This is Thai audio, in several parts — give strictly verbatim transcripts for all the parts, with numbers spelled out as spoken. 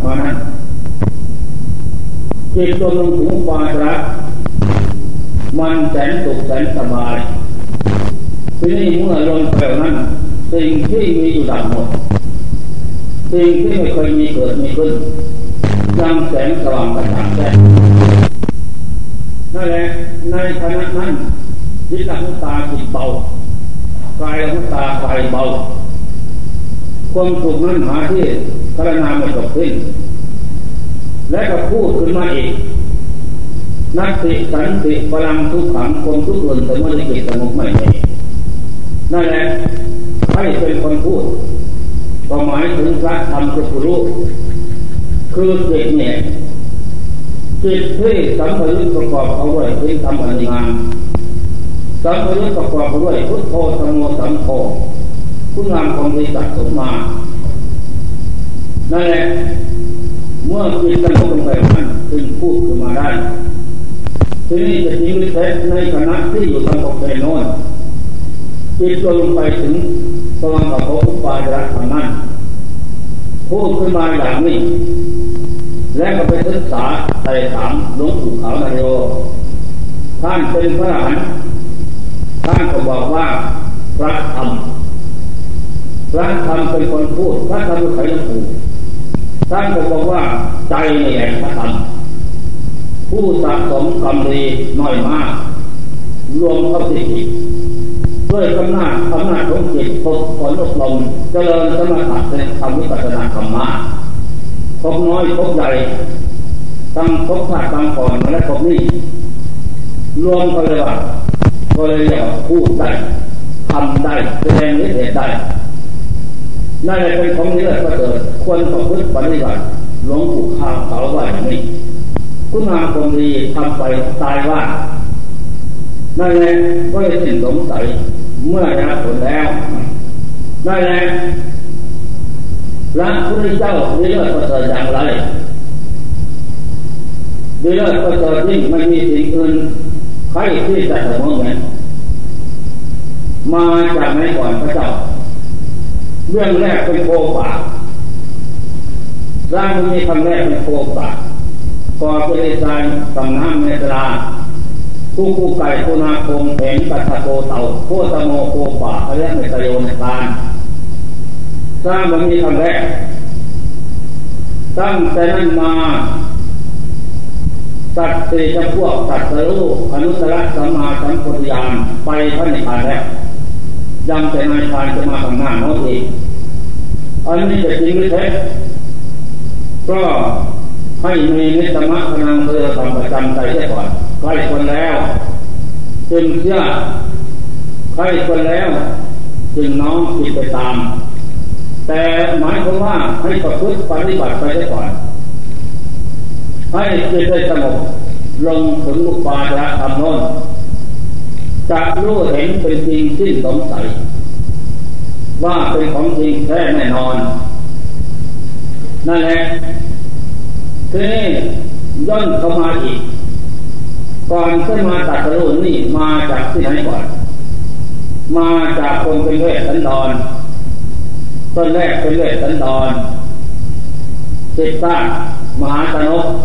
มานั้นจิตรวมลงถึงวาระมันแสนสุขแสนสบายทีนี้เมื่อลงไปนั้นสิ่งที่มีอยู่ดับหมดสิ่งที่ไม่เคยมีเกิดมีขึ้นยังแสงสว่างกระจ่างแจ้งนั่นแหละในขณะนั้นจิตละหุตาจิตเบากายละหุตากายเบาความสุขนั้นหาที่พารณาไม่จบสิ้นและก็พูดขึ้นมาอีกนัตติสันติพลังทุกขังความทุกข์อื่นสมมติจิตสงบไม่มีนั่นแหละให้เป็นคนพูดก็หมายถึงพระธรรมคือผู้รู้คือจิตเนี่ยจิตที่สัมผัสประกอบเอาไว้ที่ทำอันงานสัมผัสประกอบเอาไว้พุทโธธัมโมสังโฆคุณงามความดีสะสมมานั่นแหละเมื่อจิตสงบลงไปนั้นจึงพูดขึ้นมาได้ทีนี้จะจริงหรือเท็จในขณะที่อยู่ทางปกติโน้นจิตก็ลงไปถึงสว่างกับพระอุปาจาระทางนั้นพูดขึ้นมาอย่างนี้และก็ไปศึกษาไต่ถามหลวงปู่ขาวนายโยท่านเป็นพระอรหันต์ท่านก็บอกว่าพระธรรมพระธรรมเป็นคนพูดพระธรรมเป็นใครหลวงปู่ท่านก็บอกว่าใจนี่แหละพระธรรมผู้สะสมกรรมดีน้อยมากรวมเข้าที่จิตด้วยอำนาจอำนาจของจิตฝึกฝนอบรมเจริญสมถะในธรรมวิปัสสนาธรรมะพบน้อยพบใหญ่ตั้งพบชาติตั้งก่อนและพบนี้รวมกันเลยว่าก็เลยเรียกว่าพูดได้ทำได้แสดงฤทธิ์เดชได้นั่นแหละเป็นของนี้เลยก็เกิดควรประพฤติปฏิบัติหลวงปู่ข้าวเขาไว้อย่างนี้คุณงามความดีทำไปตายว่านั่นแหละก็เลยสิ้นสงสัยเมื่อได้รับผลแล้วนั่นแหละพระพุทธเจ้าดีเลิศประเสริฐอย่างไรดีเลิศประเสริฐยิ่งไม่มีสิ่งอื่นใครที่จะเสมอเหมือนมาจากไหนก่อนพระเจ้าเรื่องแรกเป็นโคป่าร่างมันมีคำแรกเป็นโคป่าก่อเป็นใจตำน้ำในตราคู่คู่ไก่คู่นาคงเห็นปัตตโกเต่าโคตโมโคป่าอะไรในตะโยในตาสร้างมันมีคำแรกตั้งแต่นั้นมาตัดสี่จำพวกตัดสรุปอนุสระสัมมาสัมพุทธญาณไปพระนิพพานแล้วยังแต่นายพานจะมาข้างหน้าโน้ตอีกอันนี้จะจริงหรือเท็จก็ให้มีนิสมะพนังเพื่อทำประจำใจได้ก่อนใกล้คนแล้วจึงเชื่อใกล้คนแล้วจึงน้อมจิตไปตามแต่หมายความว่าให้ประพฤติปฏิบัติไปได้ก่อนให้จิตได้สงบลงถึงอุปาจารธรรมโน้นจะรู้เห็นเป็นจริงสิ้นสงสัยว่าเป็นของจริงแท้แน่นอนนั่นแหละทีนี้ย่นเข้ามาอีกก่อนขึ้นมาตัดสรุปนี่มาจากที่ไหนก่อนมาจากคนเป็นเวสสันดรต้นแรกเป็นเวสสันดรสิทธามหาชนก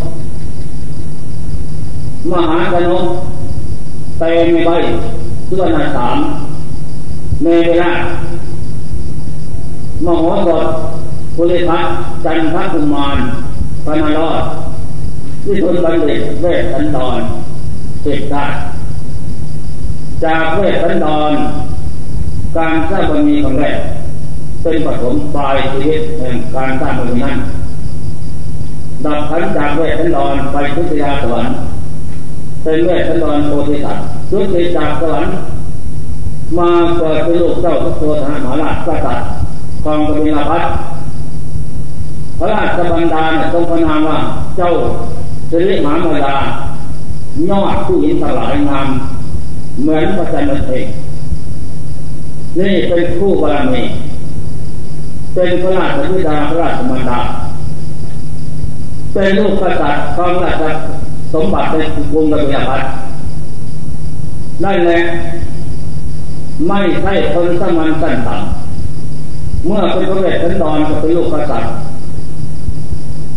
มหาชนกเตมีใบเพื่อนาสามเมเวลามโหสถภูริทัตจันทกุมารปนารอดวิทุนบัณฑิตเวสสันดรสิทธาจากเวสสันดรการสร้างบารมีครั้งแรกเป็นปฐมปลายชีวิตแห่งการสร้างบารมีนั้นดับขันจากเวสสันดรไปพุทธยาสวรรค์เป็นเวสสันดรโพธิสัตว์สุดที่จากสวรรค์มาเกิดเป็นลูกเจ้าทุกโทธนะมหาราชกษัตริย์ครองกบิลพัสดุพระราชบัณฑาเนี่ยทรงพระนามว่าเจ้าสิริมหามาดายอดผู้หญิงทั้งหลายงามเหมือนพระจันทร์เพ็ญนี่เป็นคู่บารมีเป็นพระราชธิดาพระราชมารดาเป็นลูกกษัตริย์ครองราชสมบัติในกรุงกบิลพัสดุนั่นแหละไม่ใช่คนสมัญสั้นต่ำเมื่อเป็นพระเวสสันดรก็เป็นลูกกษัตริย์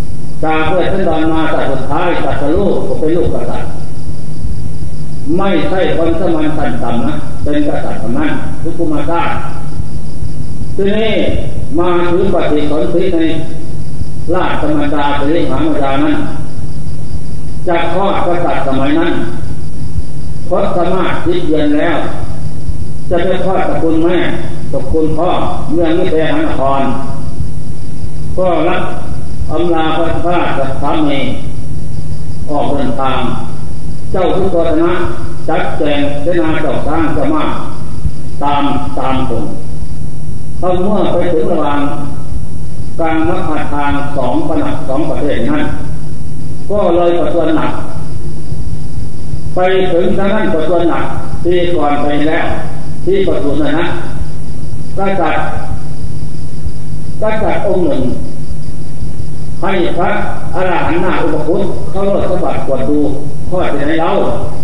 จากเพื่อนดอนมาแต่สุดท้ายตัดลูกก็เป็นลูกกษัตริย์ไม่ใช่คนสมัญสันต่ำนะเป็นกษัตริย์คนนั้นทุกภูมิชาติทีนี้มาถือปฏิสนธิในราชธรรมดาหรือหามดานั้นจะคลอดกษัตริย์สมัยนั้นเพราะสามารถคิดเย็นแล้วจะไปคลอดตระกูลแม่ตระกูลพ่อเมืองนิเทศนครก็รับอำลาพระราชสามีออกเดินทางเจ้าทุกตัวนะจัดแจงเสนาเจ้าสร้างจะมาตามตามผมเขาเมื่อไปถึงระหว่างกลางมหาทางสองขนาดสองประเทศนั้นก็เลยประสวนหนักไปถึงทางนั้นประสวนหนักที่ก่อนไปแล้วที่ประสวนนะนะก็จัดก็จัดองค์หนึ่งให้พระอรหันต์หน้าอุปคุตเขาเลิศสบัดกวดดูข้อจะไหนเล่า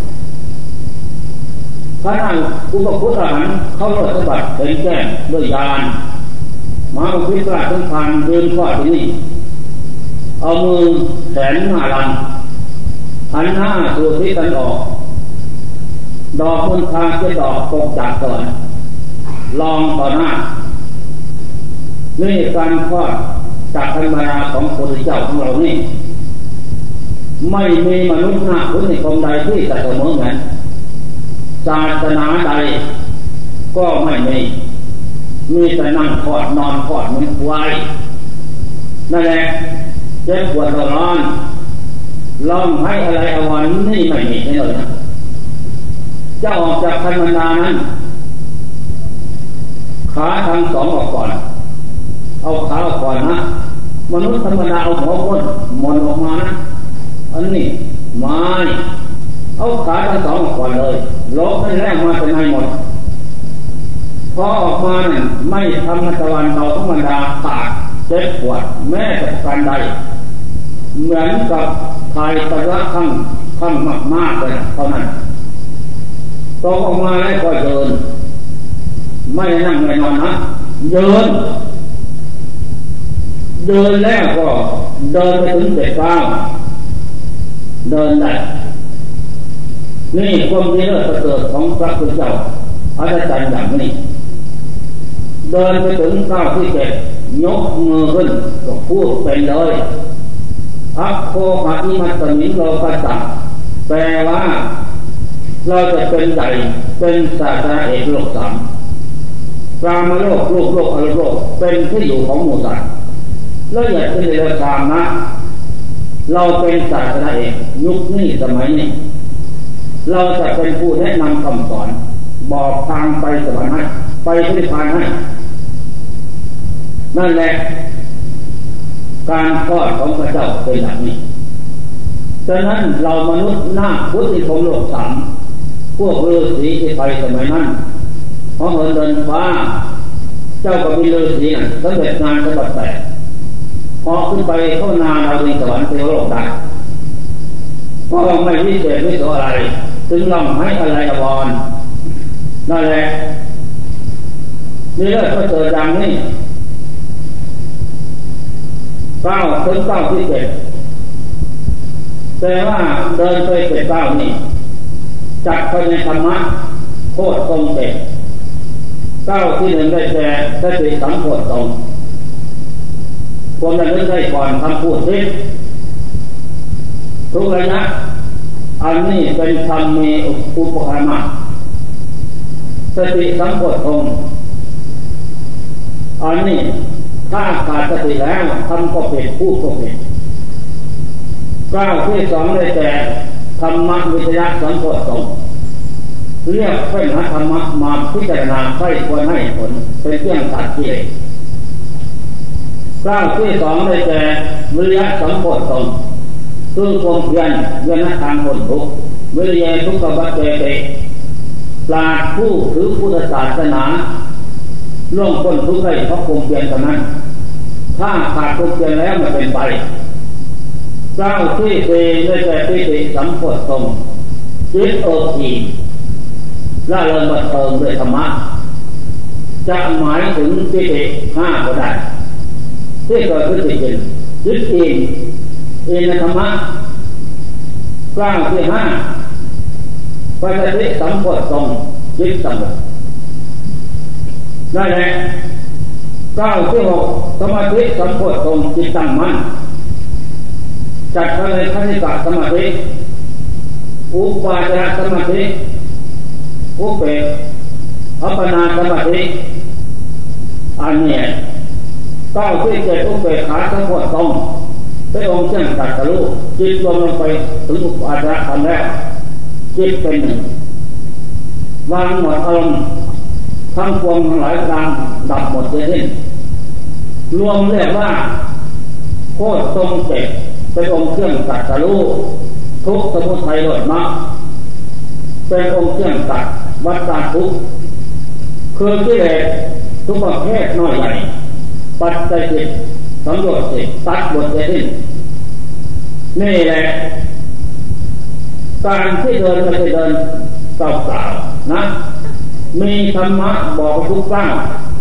พระนางอุปคุตอรหันต์เขาเลิศสบัดเป็นแก้งด้วยยานมาอุปิตราทั้งพันเดินข้อที่นี่เอามือแขนหน้าลังหันหน้าสู่ทิศตะวันออกดอกมณฑาเจดอกตกจากสวรรค์ลองต่อหน้านี่การคลอดจากธรรมราของพระพุทธเจ้าของเรานี่ไม่มีมนุษย์หน้าคุณในคมใดที่จะเสมอเหมือนศาสนาใดก็ไม่มีมีแต่นั่งคลอดนอนคลอดเหมือนควายนั่นแหละเจ็บปวดร้อนร้องให้อะไรอวันนี่ไม่มีเลยนะจะออกจากธรรมดานั้นขาทั้งสองออกก่อนเอาขาออกก่อนนะมนุษย์ธรรมดาเอาหัวก้นมนออกมานะอันนี้ไม่เอาขาทั้งสองออกก่อนเลยลบไม่แรกมาเป็นไงหมดพอออกมาเนี่ยไม่ทำมัตวันเบาธรรมดาขาดเจ็บปวดแม้แต่การใดเหมือนกับทายตะละข้างข้างมากมากเลยเท่านั้นตกออกมาแล้วก็เดินไม่นั่งไม่นอนนะเดินเดินแล้วก็เดินไปถึงเจ็ดก้าวเดินได้นี่ความดีเลิศประเสริฐของพระพุทธเจ้าอาจารย์อย่างนี้เดินไปถึงก้าวที่เจ็ดยกมือขึ้นก็พูดเป็นเลยอัคโคภะนิมัตตมิโลกัสสะแปลว่าเราจะเป็นใหญ่เป็นศาสนาเอกโลกสามกามโลกโลกโลกอรูปโลกเป็นที่อยู่ของหมู่สัตว์แล้วอย่าเป็นเรื่องชามนะเราเป็นศาสนาเอกยุคนี้สมัยนี้เราจะเป็นผู้แนะนำคำสอนบอกทางไปสวรรค์ให้ไปนิพพานให้นั่นแหละการคลอดของพระเจ้าเป็นอย่างนี้ฉะนั้นเรามนุษย์หน้าพุทธิพงโลกสามพวกฤาษีที่ไปสมัยนั้นพอเหินเดินฟ้าเจ้าก็มีฤาษีนั่นสำเร็จงานสมบัติแตกพอขึ้นไปเข้านาดาวดินสวรรค์เทวโลกได้ก็ไม่วิเศษวิโสอะไรถึงลำให้อะไรอวรนั่นแหละนี่เลิศก็เจออย่างนี้เก้าถึงเก้าที่เจ็ดแต่ว่าเดินไปเจ็ดเก้านี่จัดไปในธรรมะโคตรตรงเจ็ดเก้าที่หนึ่งได้แก่สติสัมโพชฌงค์ความระลึกได้ก่อนคำพูดทิศทุกระยะอันนี้เป็นธรรมมีอุปการะสติสัมโพชฌงค์อันนี้ถ้าขาดสติแล้วทำก็ผิดพูดก็ผิดเก้าที่สองได้แก่ธรรมวิทยาสัมโพชฌงค์เรียกเพื่อนหาธรรมะมาพิจารณาใครควรให้ผลเป็นเครื่องตัดกิเลสเก้าที่สองได้แก่วิริยะสัมโพชฌงค์คือความเพียรเพื่อทางพ้นทุกข์วิริยะทุกขวัฏเจเตปราชญ์ผู้ถือพุทธศาสนาล่วงพ้นทุกข์ได้เพราะความเพียรเท่านั้นถ้าขาดความเพียรแล้วมันเป็นไปเก้าที่สี่ได้แก่ปิติสัมโพชฌงค์จิตเอิบอิ่มร่าเริงบันเทิงด้วยธรรมะจะหมายถึงปิติห้าก็ได้ที่เกิดขึ้นจริงจิตอิ่มเอนธรรมะกล้าที่ห้าปัจจิสัมโพธทรงจิตสงบได้แหละก้าวที่หกสมาธิสัมโพธทรงจิตตั้งมั่นจัดไปในคณิกะสมาธิอุปาจารสมาธิอุเบกอัปปนาสมาธิอันนี้ก้าวที่เจ็ดอุเบกขาสัมโพธทรงพระองค์เชื่อมตัดทะลุจิตรวมลงไปถึงอุปาจารคำแรกจิตเป็นหนึ่งวางหมดอารมณ์ทั้งปวงทั้งหลายกลางดับหมดเลยทิ้งรวมเรียกว่าโคตรทรงเจ็ดเป็นองค์เครื่องตัดทะลุทุกสมุทัยโลดมรรคเป็นองค์เครื่องตัดวัฏฏะทุกข์คือกิเลสทุกประเภทน้อยใหญ่ปัจจัยจิตสัมโยชน์จิตตัดหมดเลยทิ้งนี่แหละการที่เดินไม่ใช่เดินเปล่าๆนะมีธรรมะบอกทุกข้าง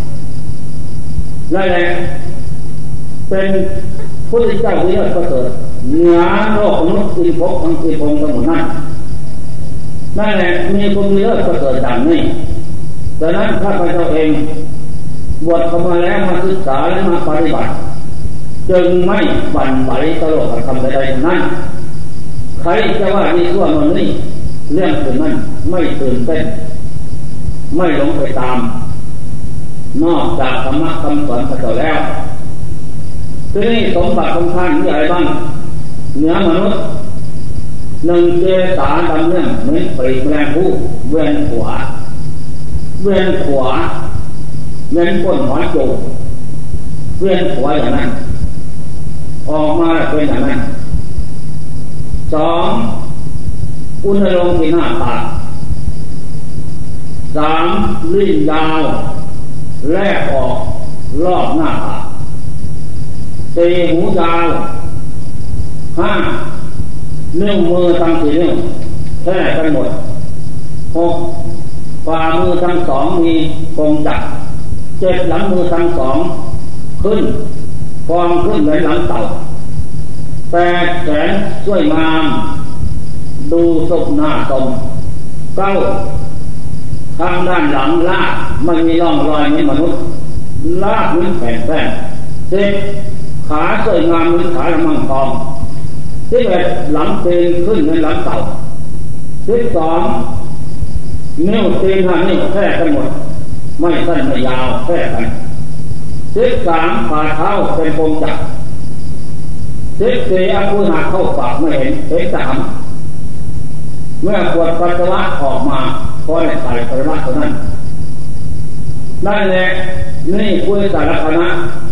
นั่นแหละเป็นพุทธเจ้าที่เลิศประเสริฐเหนือโลกมนุษย์อินทร์ทั้งอินทร์ทั้งหมดนั้นนั่นแหละมีคนเลิศประเสริฐดังนี้ดังนั้นข้าพเจ้าเองบวชเข้ามาแล้วมาศึกษาและมาปฏิบัติจึงไม่หวั่นไหวตลอดกับคำใดๆนั้นใครจะว่ามีชั่วโน่นนี่เรื่องถึงนั้นไม่ตื่นเต้นไม่หลงไปตามนอกจากธรรมะคำสอนพระเจ้าแล้วที่นี่สมบัติของท่านมีอะไรบ้างเหนือมนุษย์หนึ่งเจสาดำเนื่องเหมือนปรีแมลงภู่เวียนขวาเวียนขวาเวียนก้นหอยจูบเวียนขวาอย่างนั้นออกมาเป็นอย่างนั้นสองอุณหภูมิที่หน้าปากสามลิ้นยาวแลกออกรอบหน้าผากสี่หูยาวห้านิ้วมือทั้งสี่นิ้วแท้กันหมดหกฝ่ามือทั้งสองมีคงจักรเจ็ดหลังมือทั้งสองขึ้นฟองขึ้นเหมือนหลังเต่าแปดแขนช่วยงามดูศพหน้าตมเก้าทางด้านหลังลากไม่มีร่องรอยในมนุษย์ลากเหมือนแผ่นแป้งสิบขาสวยงามเหมือนขาละมังทองสิบเอ็ดหลังเตีนขึ้นเหมือนหลังเต่าสิบสองนิ้วตีนห้านิ้วแท้กันหมดไม่สั้นไม่ยาวแท้กันสิบสามฝ่าเท้าเป็นพงจักรสิบสี่อาคุหักเข้าปากไม่เห็นเห็นสามเมื่อปวดปัสสาวะออกมาพอได้ใส่ปริมาณเท่านั้นได้แหละนี่พุทธศาสนา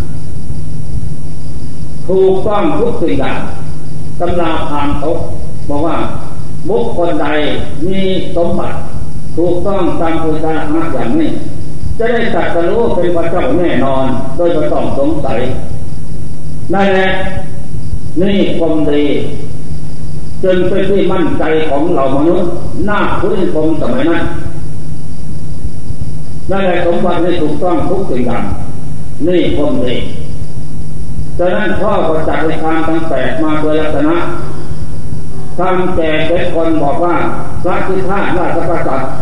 ถูกต้องทุกสิ่งอย่างตำราพานเขาบอกว่าบุคคลใดมีสมบัติถูกต้องตามพุทธศาสนาอย่างนี้จะได้ตรัสรู้เป็นพระเจ้าแน่นอนโดยไม่ต้องสงสัยได้แหละนี่ความดีจนเป็นที่มั่นใจของเหล่ามนุษย์หน้าพุทธคมสมัยนั้นได้แหละสมบัติที่ถูกต้องทุกสิ่งอย่างนี่ความดีฉะนั้นพ่อก็จัดในทางทั้งแปดมาโดยลักษณะทำแก่เจ็ดคนบอกว่าพระสิทธาราชกษัตริย์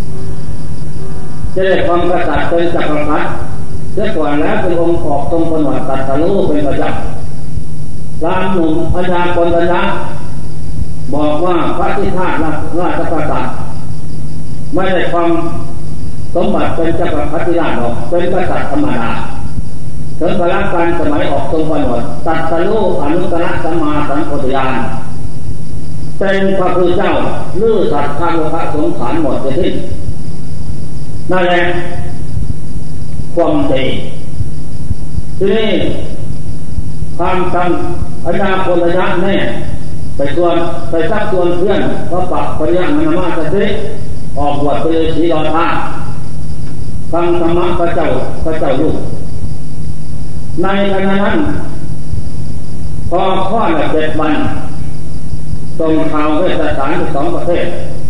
จะได้ความกษัตริย์เป็นจักรพรรดิเสียก่อนแล้วเป็นองค์ออกทรงผนวดตัดทะลุเป็นประจักษ์พระหนุ่มอาญาปนตัญญาบอกว่าพระสิทธาราชกษัตริย์ไม่ได้ความสมบัติเป็นจักรพรรดิราชหรอกเป็นกษัตริย์ธรรมดาถึงพระการสมัยออกทรงผนวดตัดทะลุอนุตตรสัมมาสัมโพธิญาณเป็นพระพุทธเจ้าลื้อสัตว์ข้ามโลกสงสารหมดจะสิ้นนั่นแหละความดีที่นี่ความจำอาญาปนตัญญาแน่ไปส่วนไปซักส่วนเพื่อนก็ปรับปริยังมนามาสติออกบวชไปเลยสีรอท่าฟังธรรมะพระเจ้าพระเจ้าลูกในขณะนั้นพอข้อละเจ็ดวันส่งข่าวเวชสารสองประเทศ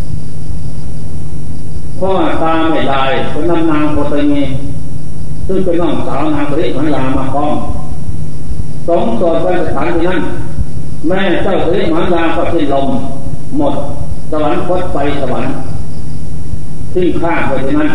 พ่อตาไม่ได้เป็นนำนางโพธิมีซึ่งเป็นน้องสาวนางปริมายามาพร้อมสองส่วนเป็นสถานที่นั้นแม่เจ้าสิริมหายาก็สิ้นลมหมดสวรรคตไปสวรรค์สิ้นค่าไปที่นั้น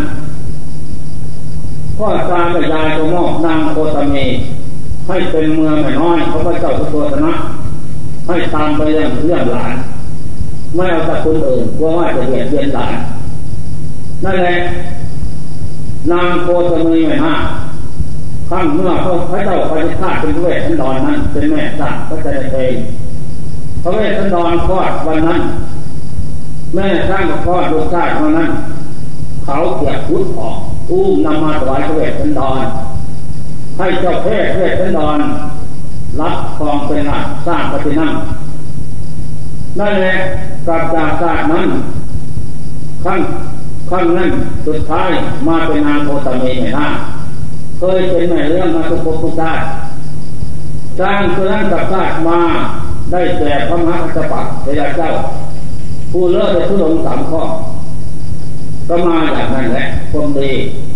พ่อตาแม่ยายก็มอบนางโคตมีให้เป็นเมืองน้อยพระพุทธเจ้าสุโธทนะให้ตามไปเรื่องเรื่องหลานไม่เอาจากคนอื่นกลัวว่าจะเบียดเบียนหลานนั่นแหละนางโคตมีไม่ห้าข้างเมื่อพระเจ้าปฏิฆาเป็นพระเวสสันดรนั้นเป็นแม่สร้างพระเจ้าเองพระเวสสันดรคลอดวันนั้นแม่สร้างกับคลอดลูกชายวันนั้นเขาเกียรพุทธออกอุ้มนำมาถวายพระเวสสันดรให้เจ้าแพทย์พระเวสสันดรรับครองเป็นหลักสร้างปฏินั่งนั่นแหละกลับจากศาสตร์นั้นขั้นขั้นนั้นสุดท้ายมาเป็นนางโคตมีในหน้าเคยเป็นแม่เรื่องมาทุกภพทุกชาติสร้างตัวนั้นกับชาติมาได้แก่พระมหากัสสปะเทระเจ้าผู้เลิศในทุดงสามข้อก็มาอย่างนั้นแหละความดี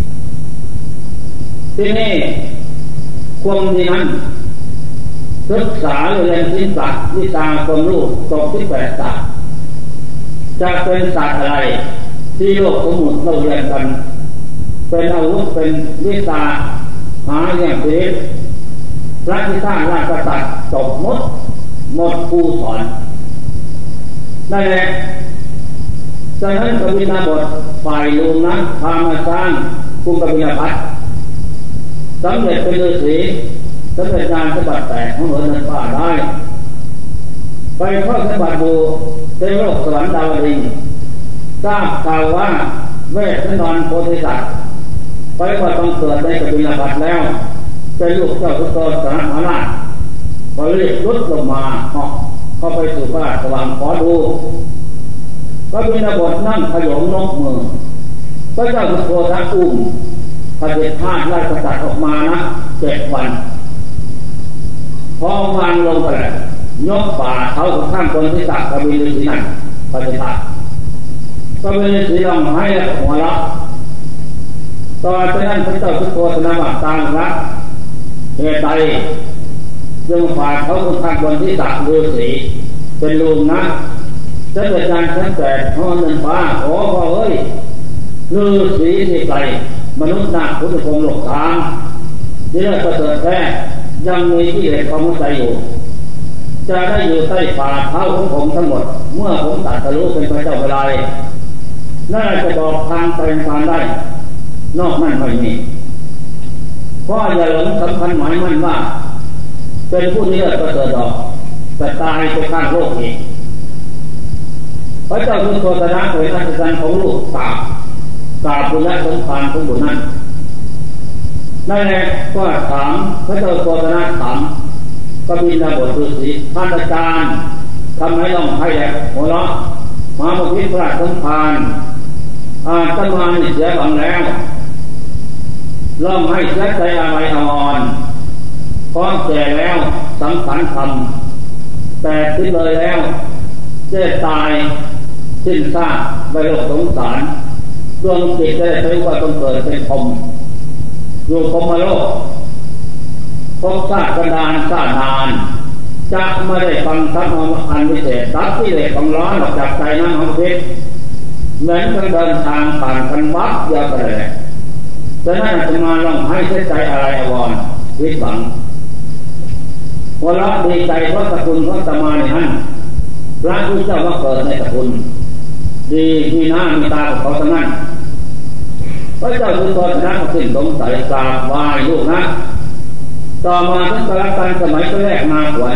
ที่นี่ความดีนั้นศึกษาเรียนศิลปะวิชาความรู้จบที่แปดศาสตร์จะเป็นศาสตร์อะไรที่โลกสมมุติเราเรียนกันเป็นอาวุธเป็นวิชาหาเรื่องชีวิตรัฐที่สร้างราชกษัตริย์จบหมดหมดครูสอนนั่นแหละฉะนั้นกบิณบทฝ่ายลุงนั้นพามาสร้างกรุงกบิลพัสดุสำเร็จเป็นฤาษีสำเร็จงานสมบัติแตกของเหนือนันป่าได้ไปเข้าสมบัติบูในโลกสวรรค์ดาวดึงส์ทราบข่าวว่าเวสสันดรโพธิสัตว์ไปว่าต้องเกิดในกบิลพัสดุแล้วเป็นลูกเจ้าสุโธทนะมหาราชก็เรียกรุดลงมาเหาะเข้าไปสู่พระราชวังขอดูกบิณบทนั่งขยมนกมือพระเจ้าสุโธทนะอุ้มพระเดชธาตุราชกษัตริย์ออกมานะเจ็ดวันพอวางลงไปแล้วยกฝ่าเขาข้างคนที่สักกบิลฤาษีนั่นพระเดชธาตุกบิลฤาษีร้องไห้และหัวเราะตอนนั้นพระเจ้าสุโธทนะว่าตามรักเหตุใดจึงฝ่าเขาข้างคนที่สักฤาษีเป็นลุงนะจะเกิดการชั้นแปดห้องนันฟ้าโอ้พ่อเอ้ยฤาษีที่ไกลมนุษย์นาพุทธพงศ์หลกทางนี่แหละประเสริฐแท้ยังมีที่เหลือความใจอยู่จะได้อยู่ใต้ฝ่าเท้าของผมทั้งหมดเมื่อผมตัดสรู้เป็นพระเจ้าเวลาน่าจะบอกทางไปทางได้นอกนั้นไม่มีเพราะอย่าหลงสำคัญหมายมั่นว่าเป็นผู้ที่เลิศประเสริฐดอกแต่ตายไปข้างโลกอีกพระเจ้าสุโธทนะเป็นราชการของลูกกาบกาบบุญและสมภารของบุญนั้นนั่นแหละก็ถามพระเจ้าสุโธทนะถามกบิณบทฤาษีท่านอาจารย์ทำให้ร้องไห้แหละหัวเราะมาบพิตรพระสมภารอาตมาเสียหวังแล้วร้องไห้เสียใจอะไรอ่อนพร้อมแก่แล้วสังขารธรรมแต่ทิ้งเลยแล้วเจ๊ตายสิ้นซากไปโลกสงสารดวงจิตได้ใช้ว่าต้องเกิดเป็นพรหมอยู่พรหมโลกพบชาติกระดานชาตินานจะไม่ได้ฟังธรรมอันวิเศษตัดที่เหล็กของร้อนออกจากใจนั้นของเพชรเหมือนกับเดินทางผ่านคันวัดยาวไปเลยจะน่าจะมาลองให้เสียใจอะไรอวรวิตหวังหัวเราะดีใจเพราะสกุลพระตมาในนั้นพระพุทธเจ้าว่าเกิดในสกุลดีมีหน้ามีตาของเขาทั้งนั้นพระเจ้าสุโธทนะสิ้นสงสัยกราบไหว้ลูกนะต่อมาทั้งกาลการสมัยแรกมาขวัญ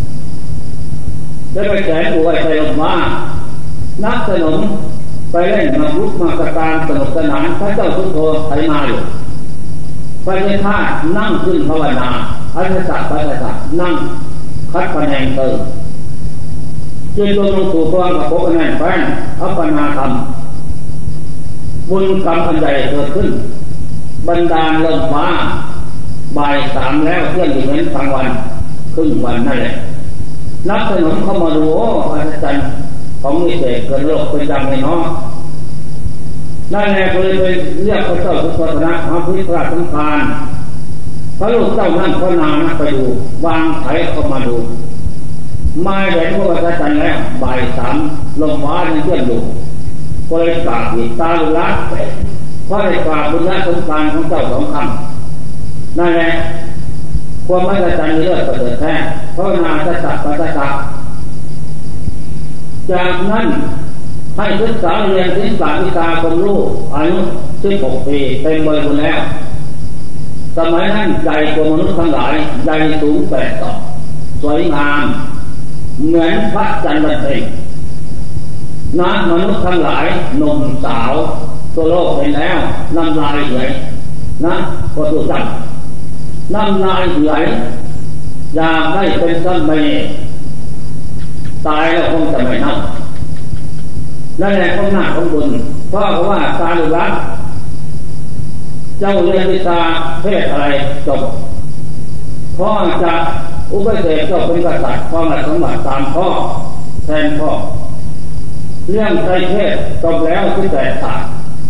ได้ไปแขวนหัวใจลงว่านักสนมไปเล่นมาลุกมาสการสนุกสนานพระเจ้าสุโธไถมาอยู่พระเจ้าท่านั่งขึ้นภาวนาพระเจ้าพระเจ้านั่งคัดคะแนนเติมจึงลงสู่ความกับพบกันแน่นแฟ้นอัปปนาธรรมบุญกรรมอันใหญ่เกิดขึ้นบรรดาลมฟ้าบ่ายสามแล้วเที่ยงอยู่เหมือนกลางวันครึ่งวันนั่นแหละนักสนุนเข้ามาดูโอ้อาจารย์ของวิเศษเกิดโลกเป็นยังไงเนาะนั่นแหละก็เลยไปเรียกพระเจ้าสุโธทนะมาพิพาทสำคัญพระลูกเจ้านั่นพระนางนั่นไปดูวางไถเข้ามาดูมาเห็นพระอาจารย์แล้วบ่ายสามลมฟ้ายังเชื่อมอยู่ก็เลยกราบอีกตาลุละเพราะได้กราบบุญละสมการของเจ้าสองคำนั่นแหละความไม่อาจารย์มีเลิศประเสริฐแท้เพราะนาจะตัดปัสสะจากนั้นให้ศึกษาเรียนศิลปะวิชาความรู้อายุสิบหกปีเต็มบริบูรณ์แล้วสมัยนั้นใจกว่ามนุษย์ทั้งหลายใจสูงแปดศอกสวยงามเหมือนพระจันทร์บานเพ็ญนะมนุษย์ทั้งหลายหนุ่มสาวตัวโลกเป็นแล้วน้ำลายไหลนะพอตัวจังน้ำลายไหลอยากได้เป็นสัมมาตายแล้วคงจะไม่เน่านั่นแหละของหน้าของบุญเพราะว่าตาลุละเจ้าเรียนวิชาเพศอะไรจบพ่อจะอุปเสกเจ้าเป็นกษัตริย์ความสมบัติตามพ่อแทนพ่อเรื่องใจเพศจบแล้วที่แต่ศาสตร์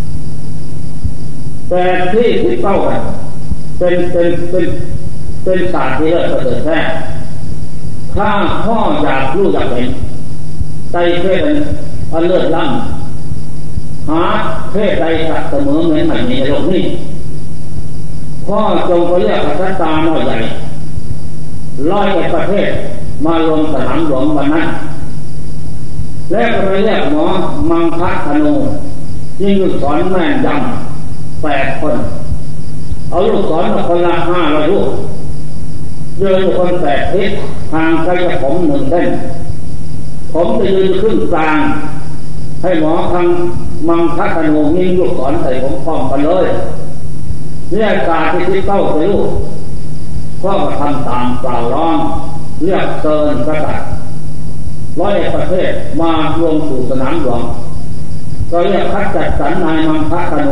แต่ที่ที่เป้าเป็นเป็นเป็นเป็นศาสตร์ที่เลิศประเสริฐแท้ถ้าพ่ออยากรู้อยากเห็นใจเพศอันเลิศล้ำหาเพศใดสักเสมอเหมือนใหม่ในโลกนี้พ่อจงไปเรียกพระตาหน่อยใหญ่ร้อยกว่าประเทศมาลงสนามหลวงวันนั้นและก็ไปเรียกหมอมังคะธนูยิงลูกศรแม่นยำแปดคนเอาลูกศรมาคนละห้าร้อยลูกเดินคนแปดทิศห่างไกลจากผมหนึ่งเส้นผมจะยืนขึ้นกลางให้หมอทำมังคะธนูยิงลูกศรใส่ผมพร้อมกันเลยเรียกกาที่ที่เต้าไปลูกก็มาทำตามกล่าวร้องเรียกเชิญประกาศร้อยประเทศมารวมสู่สนามหลวงก็เรียกคัดจัดสรรนายมังคะธนู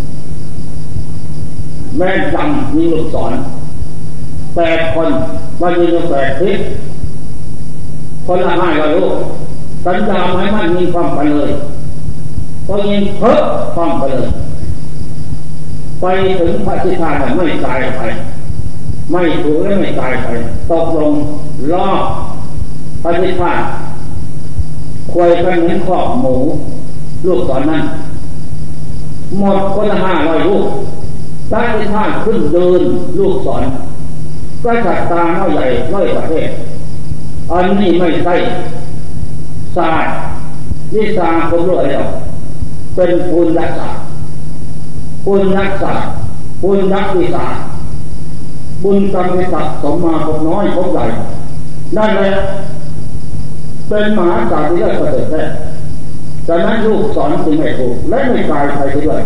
แม่จำมีลูกศรแปดคนมายิงแปดทิศคนละห้าร้อยลูกสัญญาไม่มั่นมีความไปเลยก็ยิงเพิ่มความไปเลยไปถึงพระสิทธาไม่ตายไปไม่ถูกและไม่ตายไปตกลงรอบพระสิทธาควยกันเหมือนข้อหมูลูกตอนนั้นหมดคนละห้าร้อยลูกพระสิทธาขึ้นเดินลูกศรก็จัดตาเท่าใหญ่ร้อยประเทศอันนี้ไม่ใช่ศาสตร์วิชาผมรู้แล้วเป็นปุญญศาสตร์ปุญญศาสตร์ปุญญวิชาบุญกรรมวิสัชสมมาพบน้อยพบใหญ่นั่นแหละเป็นมหาศาสตร์ที่ได้ประเสริฐแท้แต่นั้นลูกสอนสิ่งไม่ถูกและไม่กายใครด้วย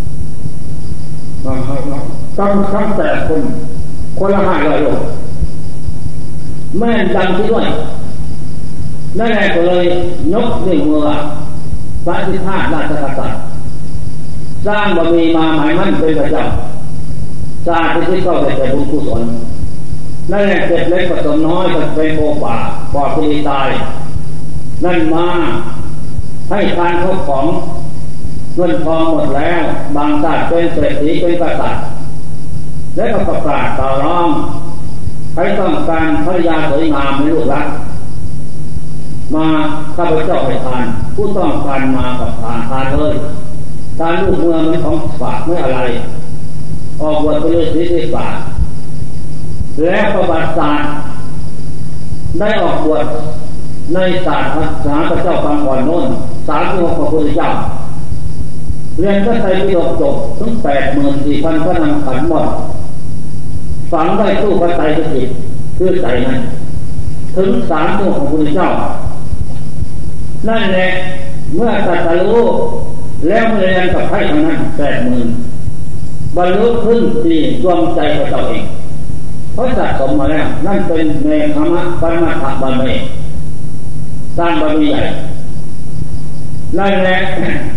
ตั้งทั้งแต่คนคนละห้าร้อยโลกแม่นดังที่ด้วยนั่นแหละก็เลยยกนิ้วมือพระสิทธาราชกษัตริย์สร้างบารมีมาหมายมั่นเป็นประจำศาสตร์ที่เข้าไปแต่บุญกุศลนั่นแหละเจ็บเล็กผสมน้อยก็เป็นโอป่าปอดที่ตายนั่นมาให้ทานเข้าของเงินทองหมดแล้วบางศาสตร์เป็นเศรษฐีเป็นกษัตริย์และก็ประกาศต่อร้องใครต้องการภรรยาสวยงามในลูกรักมาข้าพเจ้าให้ทานผู้ต้องการมากับทานทานเลยทานลูกเมืองเป็นของฝากไม่อะไรออกบวชไปเลยสี่สิบบาทและประวัติศาสตร์ได้ออกบวชในศาสตร์ภาษาพระเจ้าปางก่อนโน้นสามสิบหกพระพุทธเจ้าเรียนพระไตรปิฎกจบถึงแปดหมื่นสี่พันพระนามขันธ์หมดฝังได้ตู้พระไตรปิฎกคือใจนั้นถึงสามสิบหกพระพุทธเจ้านั่นแหละเมื่อตรัสรู้แล้วเรียนกับไพ่ทั้งนั้นแปดหมื่นบรรลุขึ้นที่ดวงใจพระเจ้าเองเพราะสะสมมาแล้วนั่นเป็นเนคขมะปรมัตถบารมีสร้างบารมีใหญ่นั่นแหละ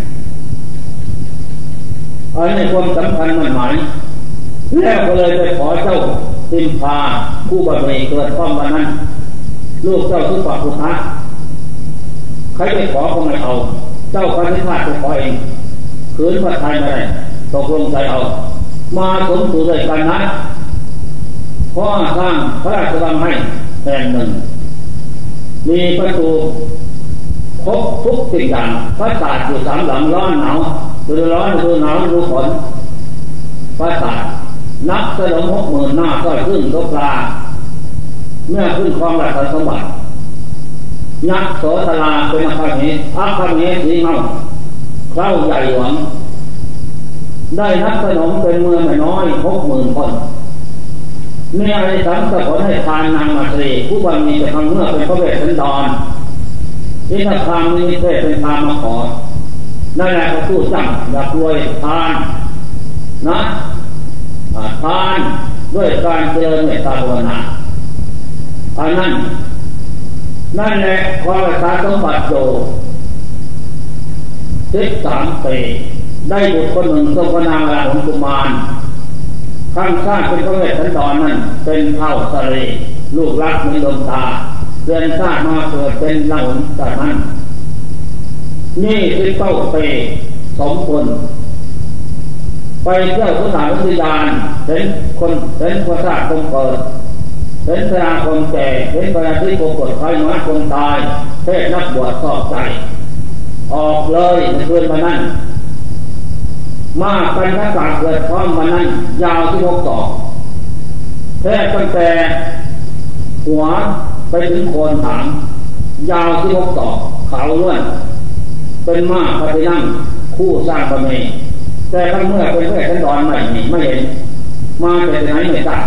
อันนี้ความสำคัญมันหมายแล้วก็เลยไปขอเจ้าสิมพาผู้บารมีเกิดความวันนั้นลูกเจ้าสุปพุทธะใครไปขอก็ไม่เอาเจ้าพระนิพพานไปขอเองขืนพระทัยไม่ได้ตกลงใจเอามาสมสู่ด้วยกันนะพ่อสร้างพระราชวังให้แห่งหนึ่งมีประตูครบทุกสิ่งอย่างพระศาสตร์อยู่สามหลังร้อนหนาวฤดูร้อนฤดูหนาวฤดูฝนพระศาสตร์นับสนมหกหมื่นหน้าก็ขึ้นตกปลาเมื่อขึ้นคลองราชสมบัติยักษ์โสธราเป็นอาคาเมอาคาเมสีเงาเข้าใหญ่หลวงได้นับสนมเป็นเมืองไม่น้อยหกหมื่นคนเมื่ออะไรสังสะผลให้ทานนางมาตรีผู้บังมีจะทำเมื่อเป็นพระเวสสันดรอินทพรามมีเพศเป็นพรามมาขอนั่นแหละก็สู้จังอยากรวยทานนะทานด้วยการเจริญเมตตาภาวนาอันนั้นนั่นแหละความรักษาสมบัติโยสิบสามปีได้บุตรคนหนึ่งทรงพระนามราหุลกุมารข้างชาติเป็นพระเวสสันดรนั่นเป็นเผ่าสรีลูกรักมีดวงตาเรียนชาติมาเกิดเป็นราหุลจากนั้นนี่สิบเก้าปีสมผลไปเที่ยวสถานวิทยานเห็นคนเห็นพระชาติคงเกิดเห็นชราคนแก่เห็นประชาชนโกรธใครน้อยคนตายเทศนักบวชสอบใจออกเลยในคืนวันนั้นมาเป็นนักการเกิดพร้อมวันนั้นยาวที่หกศอกเทศตั้งแต่หัวไปถึงโคนหางยาวที่หกศอกขาวล้วนเป็นม้าพระที่นั่งคู่สร้างพระเมรุแต่ครั้งเมื่อเป็นพระเวสสันดรไม่มีไม่เห็นมาแต่ไหนไม่ทราบ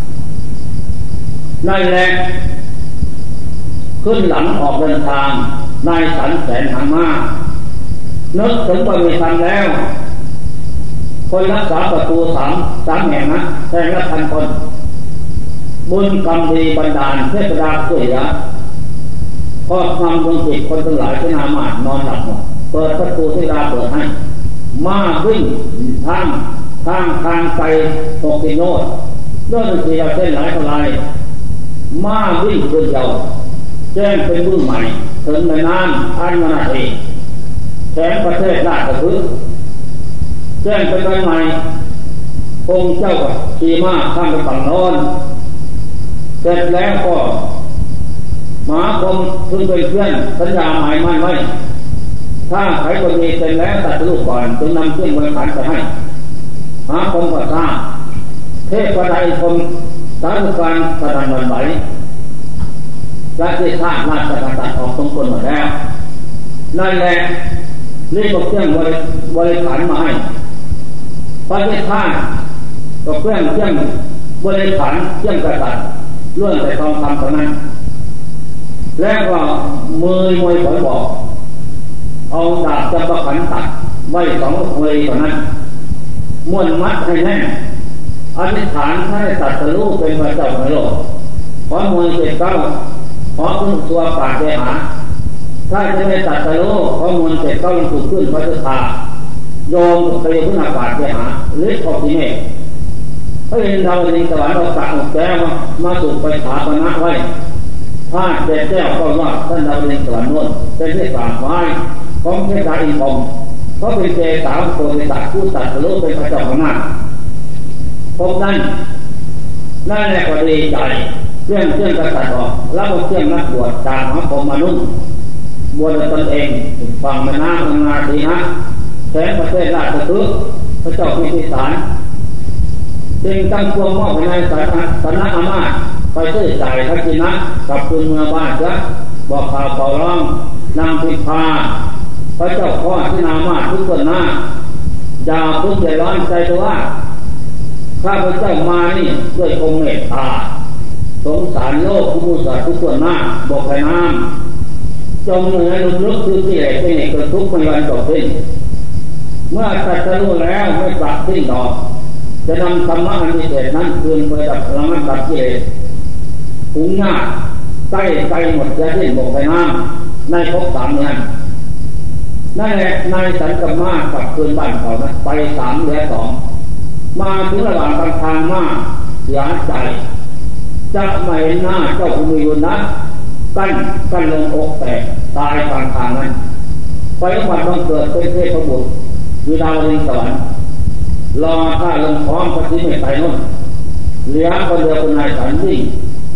นั่นแหละขึ้นหลังออกเดินทางนายสันแสนหางม้านึกถึงว่ามีทำแล้วคนรักษาประตูสามสามแห่งนะแห่งละพันคนบุญกรรมดีบันดาลเทพดาช่วยเหลือครอบงำดวงจิตคนทั้งหลายที่นามานอนหลับหมดเปิดประตูที่ดาเปิดให้มาวิ่งทางทางทางไกลหกกิโลเรื่องเสียเส้นหลายเท่าไรมาวิ่งคนเดียวแจ้งเป็นมือใหม่ถึงในน้ำอันมานาทีแถมประเทศราชพฤกษ์แจ้งเป็นใบใหม่องค์เจ้ากับขี่ม้าข้ามไปฝั่งโน้นเสร็จแล้วก็มหาคมพึงเป็นเพื่อนสัญญาหมายมั่นไว้ถ้าใครคนนี้เสร็จแล้วตัดลูกก่อนจึงนำเครื่องบริขารไปให้มหาคมก็ทราบเทพไตรคมสาธุการสถานวันไหวและที่ชาติราชการตัดออกตรงคนหมดแล้วนั่นแหละนี่ก็เครื่องบริขารมาให้พระเจ้าข้าก็เครื่องเครื่องบริขารเครื่องกระตัดล้วนแต่ทองคำเท่านั้นแล้วก็มือมวยผลบอกเอาดาบจะประขันตัดไว้สองมือเท่านั้นม้วนมัดให้แน่นอธิษฐานให้ตัดสรู้เป็นพระเจ้าในโลกขอมวยเจ็ดเก้าขอขึ้นตัวปากเจหาถ้าจะไม่ตัดสรู้ขอมวยเจ็ดเก้าลงถูกขึ้นพระเจ้าข้าโยมไปขึ้นอากาศเจหาหรือออกที่เมฆพระอินทร์ในสวรรค์เราตักออกแก้วมาถูกไปถาปนะไว้ถ้าเจ็ดแก้วก็ว่าท่านดาวในสวรรค์นู้นเป็นที่ฝากไว้ของเทพดาอินทร์เพราะเป็นเจสาวโพธิสัตว์ผู้ตัดสรู้เป็นพระเจ้าของหน้าพบนั้นนั่นแหละก็ดีใจเครื่องเครื่องกระตัดออกแล้วก็เครื่องนักบวชจากมหาพรหมนุ่งบวชตนเองฝั่งแม่น้ำนาทีนะแสนประเทศราชพฤกษ์พระเจ้าพิมพิสารจึงตั้งพวงมอบให้นายสันนะอามาตย์ไปซื้อจ่ายทักษิณะกับคุณเมืองบ้านจ้ะบอกข่าวเป่าร้องนางพิพาพระเจ้าพ่อที่นามาทุกคนหน้าอย่าพึ่งใจร้อนใจตัวว่าข้าพเจ้ามานี่ด้วยองค์เมตตาสงสารโลกผู้มุสาทุกคนหน้าบอกไปน้ำจงเหนือลุกลึกคือที่ไหนเป็นเกิดทุกข์ไม่วันจบสิ้นเมื่อตัดสู้แล้วไม่ปรับสิ้นต่อจะนำธรรมะอันพิเศษนั้นคืนไปดับละมันดับกิเลสหุงหน้าใกล้ไกลหมดจะสิ้นบอกไปน้ำในภพสามเดือนนั่นแหละนายสันกมากับคืนบ้านเขานะไปสามเหลือสองมาถึงระหว่างทางมาเสียใจจะไม่เห็นหน้าเจ้าคุณมีอยู่นะกั้นกั้นลงอกแตกตายกลางทางนั้นไปวันบังเกิดเป็นเทพบุตรอยู่ดาวดึงสวรรค์รอถ้าลงพร้อมพระที่ไม่ไปนู่นเหลือคนเดียวคนนายสันวิ่ง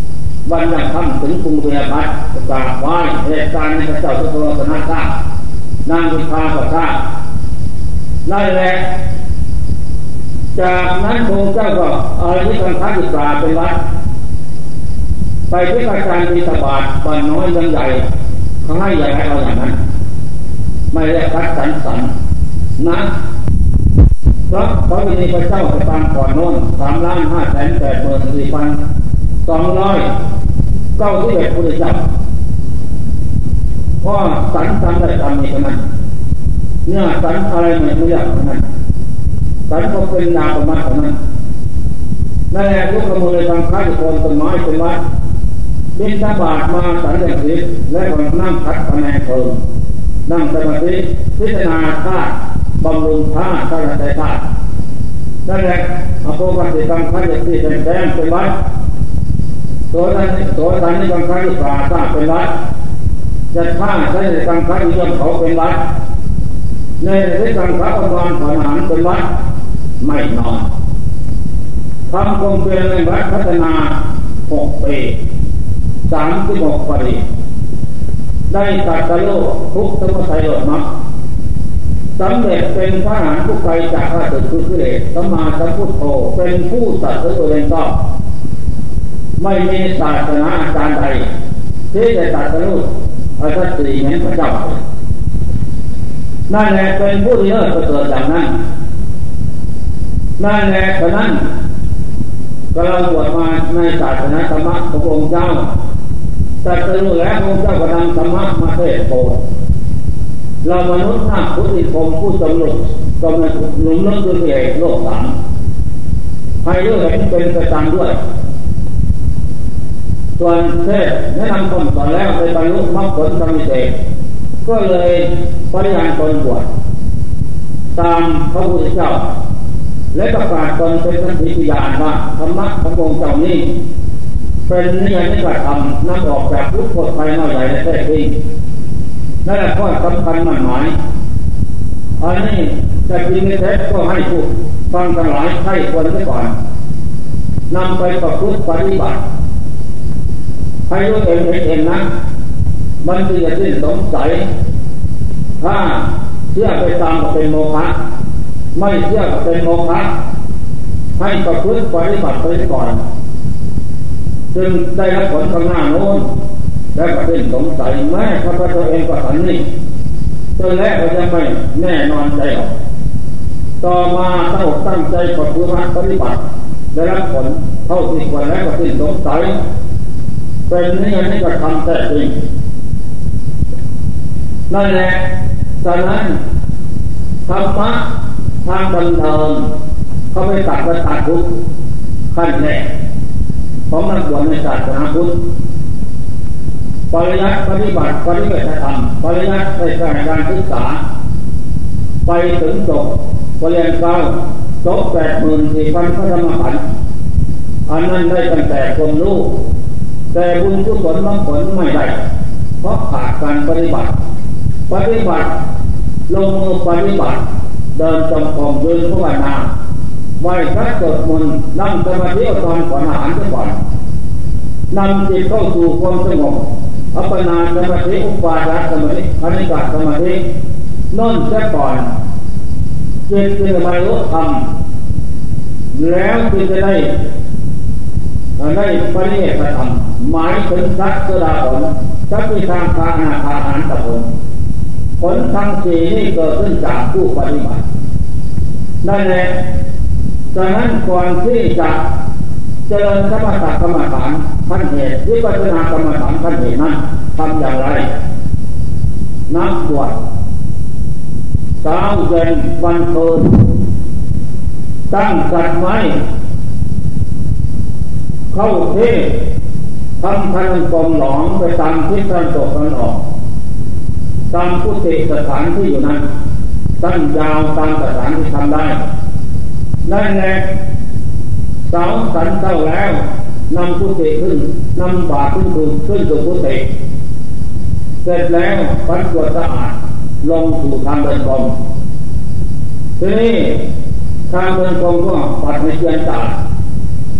วันยังค่ำถึงกรุงเวียพัฒน์กราบไหว้เหตุการณ์ในพระเจ้าสุโธทนะทราบนางวิภาก็ทราบนั่นแหละจากนั้นพระเจ้าก็เอาที่ทางพระอิศราเป็นวัดไปที่อาจารย์บิณฑบาตบ้านน้อยยังใหญ่เขาให้ใหญ่ให้เอาอย่างนั้นไม่ได้คัดสรรสรรนะเพราะพระวินิพระเจ้าไปตามก่อนโน้นสามล้านห้าแสนแปดหมื่นสี่พันสองร้อยเก้าสิบเอ็ดพุทธเจ้าเพราะสรรทำได้ทำนี้เท่านั้นเนื้อสรรอะไรไม่ไม่ยากเท่านั้นสรรก็เป็นนาประมาณเท่านั้นนั่นแหละลูกขโมยทางค้าที่โคนต้นไม้เป็นวัดบิณฑบาตมาสันอย่างนี้และวันนั่งคัดคะแนนเพิ่มนั่งสมาธิพิจารณาธาตุบำรุงธาตุธาตุใจธาตุนั่นแหละอโภคติกังคัดอย่างที่เป็นแดงเป็นวัดตัวนั้นตัวสันนิกังคัดที่ปราศาสเป็นวัดจะท่าใช้ในกังคัดที่ยมเขาเป็นวัดในที่กังคัดองค์กรผ่านอาหารเป็นวัดไม่นอนทำกรมเปลี่ยนในวัดพัฒนาหกปีสามสิบหกปีได้ตัดกระโลกทุกสมุทัยโลดมรรคสำเร็จเป็นพระอรหันต์ผู้ไกลจากข้าศึกคือกิเลสสัมมาสัมพุทโธเป็นผู้ตัดสินตัวเองก็ไม่มีศาสนาอาจารย์ใดที่จะตัดกระโลกอาศัยสี่เหมือนพระเจ้านั่นแหละเป็นผู้ที่เลิศประเสริฐอย่างนั้นนั่นแหละฉะนั้นก็เราบวชมาในศาสนาธรรมะขององค์เจ้าแต่ตรู้แล้วองค์เจ้าก็นำธรรมะมาเทศโปรดเรามนุษย์หน้าพุทธิคมผู้จำลุกจำลุกหนุนนึกด้วยเหตุโลกสามให้รู้เห็นเป็นประจำด้วยส่วนเทศแนะนำคำสอนแล้วไปบรรลุมรรคผลธรรมวิเศษก็เลยปฏิญาณตนบวชตามพระพุทธเจ้าและประกาศตนเป็นสันติพยานว่าธรรมะขององค์เจ้านี้เป็นนิยนิกธรรมนำออกจากทุกข์โทษภัยน้อยใหญ่ในแท้จริงนั่นแหละข้อสำคัญมั่นหมายอันนี้แต่จริงในแท้ก็ให้ผู้ฟังทั้งหลายใช้ควรไว้ก่อนนำไปประพฤติปฏิบัติให้รู้เองเห็นเองนะมันจะสิ้นสงสัยถ้าเชื่อไปตามก็เป็นโมฆะไม่เชื่อก็เป็นโมฆะให้ประพฤติปฏิบัติไปก่อนจึงได้รับผลข้างหน้าโน้นและก็เป็นสงสัยแม้ข้าพเจ้าเองก็สันนิษฐานจนแล้วก็ยังไม่แน่นอนใจหรอกต่อมาตั้งอกตั้งใจประพฤติปฏิบัติได้รับผลเท่าที่ควรแล้วก็เป็นสงสัยเป็นนี่นี่ก็ทำแต่จริงนั่นแหละฉะนั้นธรรมะทางบันเทิงเขาไปตัดไปตัดทุกขั้นแรกของนักบวชในศาสนาพุทธปริยัติปฏิบัติปฏิบัติธรรมปริยัติในการศึกษาไปถึงจบปริญญาเก้าจบแปดหมื่นสี่พันพระธรรมขันธ์อันนั้นได้ตั้งแต่ความรู้แต่บุญกุศลบางผลไม่ได้เพราะขาดการปฏิบัติปฏิบัติลงมือปฏิบัติเดินจงกรมยืนภาวนาไหว้พระสวดมนต์นั่งสมาธิตอนก่อนอาหารซะก่อนนำจิตเข้าสู่ความสงบอัปปนาสมาธิอุปาทสมาธิอนิกาสมาธินั่นซะก่อนจิตจะบรรลุธรรมแล้วจึงจะได้ได้ปริเยธรรมหมายถึงสัจจะดาผลสัจจิทางพานาพาหารตผลผลทั้งสี่นี้เกิดขึ้นจากผู้ปฏิบัตินั่นแหละดังนั้นก่อนที่จะเจริญสมถะกรรมฐานขั้นเหตุวิปัสสนากรรมฐานขั้นเหตุนั้นทำอย่างไรนักบวชเช้าเย็นวันเกินตั้งสัตว์ไว้เข้าเทศทำพันกลมหลองไปตามทิศตะวันตกตะวันออกตามกุฏิสถานที่อยู่นั้นตั้งยาวตามสถานที่ทำได้นั่นแหละสาวสันเต้าแล้วนำกุฏิขึ้นนำบาตรขึ้นขึ้นขึ้นสู่กุฏิเสร็จแล้วปัดกวาดสะอาดลงสู่ทางเดินกรมทีนี้ทางเดินกรมก็ปัดให้เชียนสะอาด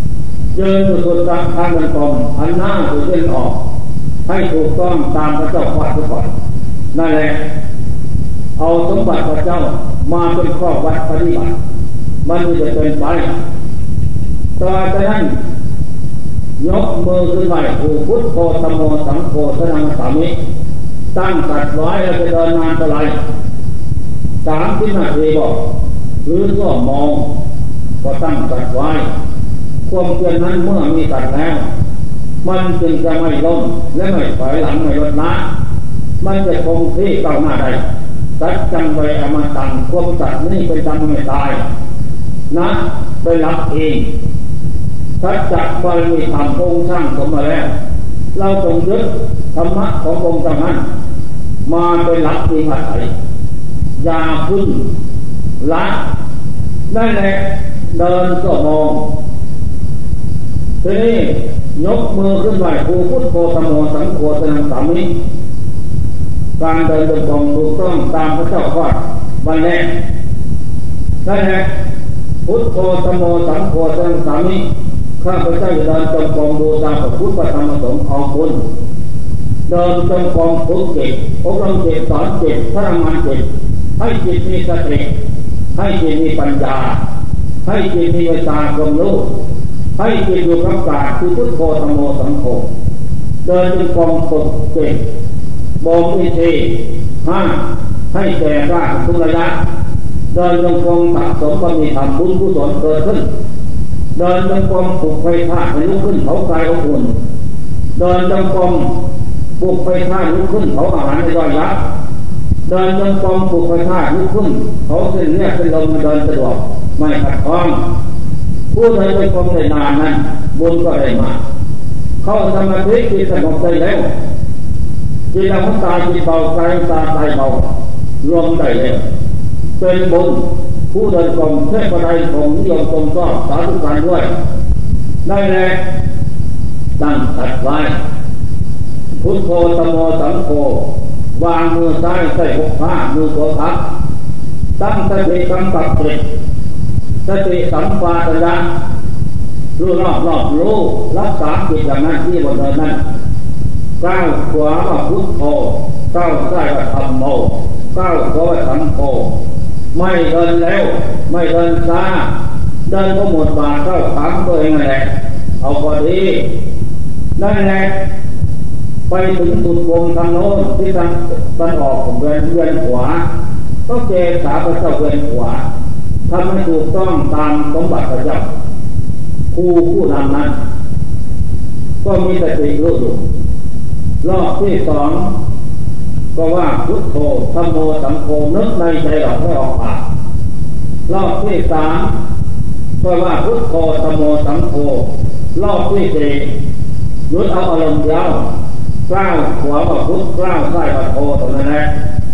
เดินสุดทางทางเดินตรงหันหน้าสู่เส้นออกให้ถูกต้องตามพระเจ้าวัดก่อนนั่นแหละเอาสมบัติพระเจ้ามาเป็นข้อวัดปฏิบัติมันจะเป็นไปต่อจากนั้นยกมือขึ้นไหวผูกพุทโธธัมโมสังโฆสนังสามิตั้งสัตว์ไว้แล้วจะเดินนานเท่าไรสามสิบนาทีบอกหรือก็มองก็ตั้งสัตว์ไว้ความเพียรนั้นเมื่อมีสัตว์แล้วมันจึงจะไม่ล้มและไม่ถอยหลังไม่ลดละมันจะคงที่ก้าวหน้าได้สัจจังไวอมตังความสัตว์นี้เป็นจำไม่ตายนะไปรับเองสัจจะบารมีธรรมองค์สร้างสมมาแล้วเราต้องยึดธรรมะขององค์นั้นมาเป็นหลักที่อาศัยอย่าพึ่งละนั่นแหละเดินก็มองทีนี้ยกมือขึ้นไหวผูกพุทโธธัมโมสังโฆสนังสามิการเดินจงกรมถูกต้องตามพระเจ้าข้อวันแรกนั่นแหละพุทโธธัมโมสังโฆสนังสามิข้าพเจ้าจะเดินจงกรมบูชาพระพุทธพระธรรมพระสงฆ์เอาคุณเดินจงกรมฝึกจิตอบรมจิตสอนจิตทรมานจิตให้จิตมีสติให้จิตมีปัญญาให้จิตมีวิชาความรู้ให้จิตอยู่กับกายคือพุทโธธัมโมสังโฆเดินจงกรมฝึกจิตบ่มอินทรีย์ห้าให้แก่กล้าทุกระยะเดินจงกรมสะสมบารมีธรรมบุญกุศลเกิดขึ้นเดินจงกรมปลุกไฟธาตุให้ลุกขึ้นเผากายอบอุ่นเดินจงกรมปลุกไฟธาตุลุกขึ้นเผาอาหารในย่อยยับเดินจงกรมปลุกไฟธาตุลุกขึ้นเผาเส้นเลือดเส้นลมเดินสะดวกไม่ขัดข้องผู้ใดจงกรมได้นานนั้นบุญก็ได้มากเข้าสมาธิจิตสงบใจแล้วจิตเราตาจิตเบากายตาใจเบารวมใจแล้วเป็นบุญผู้เดินกรมเทพไตรของนิยมกรมก็สาธุการด้วยได้แลตั้งสัตว์ไว้พุทโธธัมโมสังโฆวางมือซ้ายใส่หกผ้ามือขวาทับตั้งสติกำกับจิตสติสัมปชัญญะรู้รอบรอบรู้รักษาจิตอย่างนั้นที่บนเดินนั้นก้าวขวาว่าพุทโธก้าวซ้ายว่าธัมโมก้าวขวาว่าสังโฆไม่เดินแล้วไม่เดินช้าเดินก็หมดบาทเข้าขังตัวเองแหละเอาพอดีนั่นแหละไปถึงสุดวงทางโน้นที่ทางตอนออกของเวียนเวียนขวาก็เจสาพระเจ้าเวียนขวาทำให้ถูกต้องตามสมบัติพระเจ้าผู้ผู้นำนั้นก็มีสติรู้อยู่รอบที่สองก็ว่าพุทโธธัมโมสังโฆนึกในใจออกไม่ออกปากรอบที่สามก็ว่าพุทโธธัมโมสังโฆรอบที่สี่หยุดเอาอารมณ์เดียวกล้าวขวาว่าพุทกล้าวซ้ายว่าโธตรงนั้นแหละ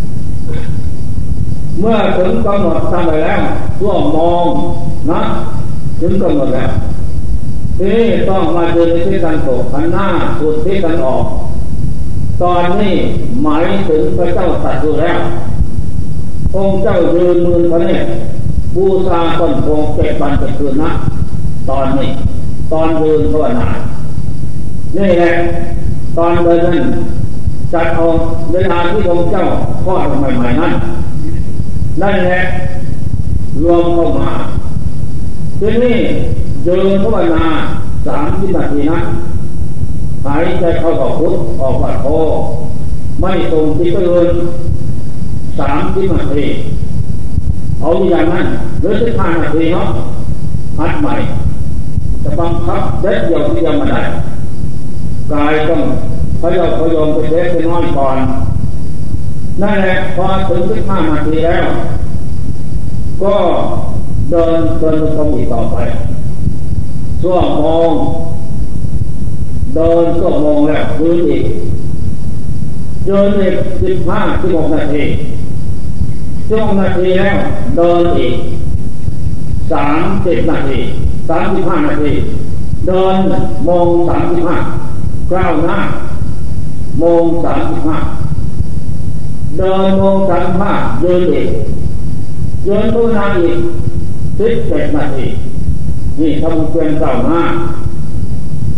เมื่อถึงกำหนดทำไปแล้วร่วมมองนะถึงกำหนดแล้วทีนี้ต้องมาเดินที่กันตกหันหน้าสุดที่กันออกตอนนี้หมายถึงพระเจ้าตรัสรู้แล้วองค์เจ้ายืนมือพระเนตรบูชาต้นโพเจ็ดวันเจ็ดคืนนะตอนนี้ตอนยืนภาวนานี่แหละตอนเดินนั้นจัดเอาเวลาที่องค์เจ้าคลอดใหม่ๆนั้นนั่นแหละรวมเข้ามาทีนี้ยืนภาวนาสามสิบนาทีนะหายใจเข้ากับพุทออกกับโธไม่ตรงที่ไปเลยสามสิบนาทีเอาอย่างนั้นหรือสิบห้านาทีเนาะหัดใหม่จะบังคับเด็ดเดียวที่ยังไม่ได้กายต้องพยายามพยายามไปเด็ดไปน้อยก่อนนั่นแหละพอถึงสิบห้านาทีแล้วก็เดินเดินตรงอีกต่อไปช่วงมองเดินก็มองแล้วยืนอีกเดินอีกสิบห้าสิบหกนาทีช่วงนาทีแล้วเดินอีกสามสิบนาทีสามสิบห้านาทีเดินมองสามสิบห้าก้าวหน้ามองสามสิบห้าเดินมองสามสิบห้ายืนอีกยืนภาวนาอีกสิบเจ็ดนาทีนี่ทำเป็นเก้าหน้า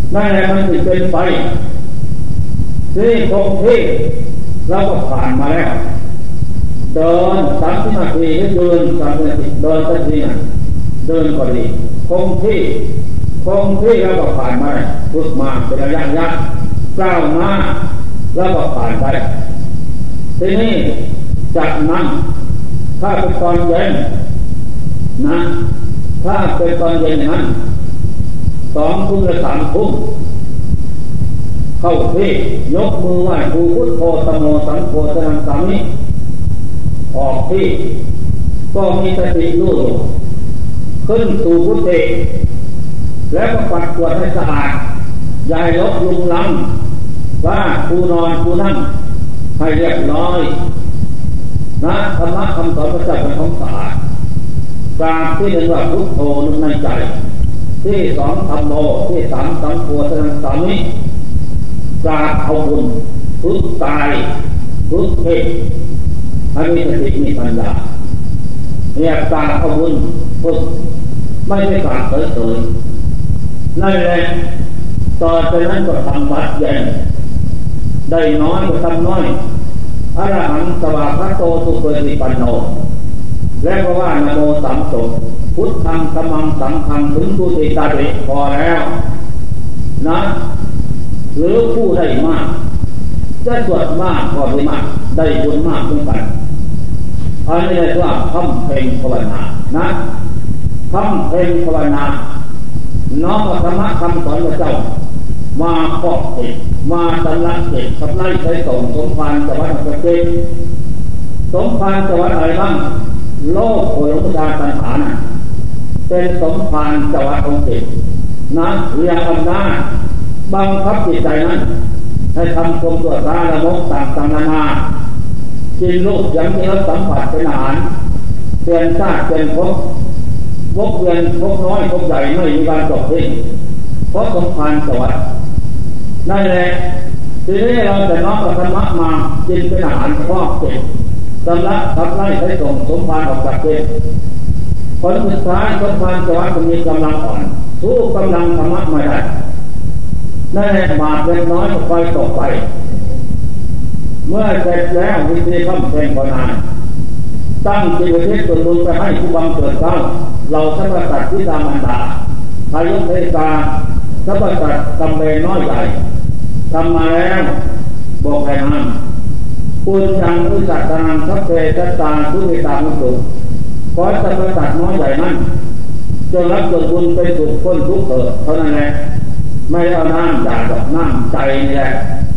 นั่นแหละมันถึงเป็นไฟที่คงที่เราก็ผ่านมาแล้วเดินสามสิบนาทีเดินสามสิบนาทีเดินสักทีนะเดินก็ดีคงที่คงที่เราก็ผ่านมาฝึกมาเป็นระยะยะก้าวหน้าแล้วก็ผ่านไปทีนี้จากนั้นถ้าเป็นตอนเย็นนะถ้าเป็นตอนเย็นนั้นสองทุ่มหรือสามทุ่มเข้าที่ยกมือไหว้ครูพุทโธธัมโมสังโฆสนังสามิออกที่ก็มีสติรู้ขึ้นสู่พุทเถแล้วก็ปัดกวาดให้สะอาดอย่าให้รกลุงลังว่าครูนอนครูนั่งให้เรียบร้อยนะธรรมะคำสอนพระเจ้าเป็นของสะอาดกราบที่หนึ่งว่าพุทโธนึกในใจที่สองธัมโมที่สามสังโฆสนังสามิกราบเอาบุญฝึกกายฝึกเทศให้มีสติมีปัญญาเรียกกราบเอาบุญฝึกไม่ใช่กราบเฉยๆนั่นแหละต่อจากนั้นก็ทำวัดเย็นได้น้อยก็ทำน้อยอรหังสวากขาโตสุปฏิปันโนและก็ว่านะโมสามจบพุทธังธัมมังสังฆังถึงกุติตาเดพอแล้วนะหรือผู้ได้มากจะสวดมากก็ได้มากได้บุญมากเหมือนกันอันนี้เรียกว่าคำเพลงภาวนานะคำเพลงภาวนาน้อมธรรมะคำสอนพระเจ้ามาปอกเก็บมาสละเก็บขับไล่ใช้ส่งสมภารสวัสดิ์ประเจกสมภารสวัสดิ์อะไรบ้างโลกโผล่มุทาตัณหานะเป็นสมภารสวัสดิ์องค์เจ็ดนะเรียกอำนาจบังคับจิตใจนั้นให้ทำความตัวตาละมกต่างต่างนานากินลูกยังมีรสสัมผัสเป็นอาหารเปลี่ยนชาติเปลี่ยนภพวกเวียนภพน้อยภพใหญ่ไม่มีการจบสิ้นเพราะสมภารสวัสดิ์นั่นแหละทีนี้เราจะน้อมธรรมะมากินเป็นอาหารครอบเจ็บสำลักทับไล่ใช้ส่งสมภารออกจากเจ็บผลสุดท้ายสมภารสวัสดิ์มีกำลังอ่อนสู้กำลังธรรมะไม่ได้นั่นแหละบาปเล็กน้อยก็ไปตกไปเมื่อเสร็จแล้ววิธีคำเพลงภาวนาตั้งจิตวิเทศส่วนบุญไปให้ผู้บังเกิดเก้าเราสัพพสัตว์ที่ตามันดาพายุเทกาสัพพสัตว์กำเบน้อยใหญ่ทำมาแล้วบอกให้ห้ามปุญญังอุสัตตังสัพเพสัตตาทุติตามุสุขอสัพพสัตว์น้อยใหญ่นั้นจงรับส่วนบุญไปสุขพ้นทุกข์เถิดเท่านั้นแหละไม่เอาน้ำด่าดอกน้ำใจนี่แหละ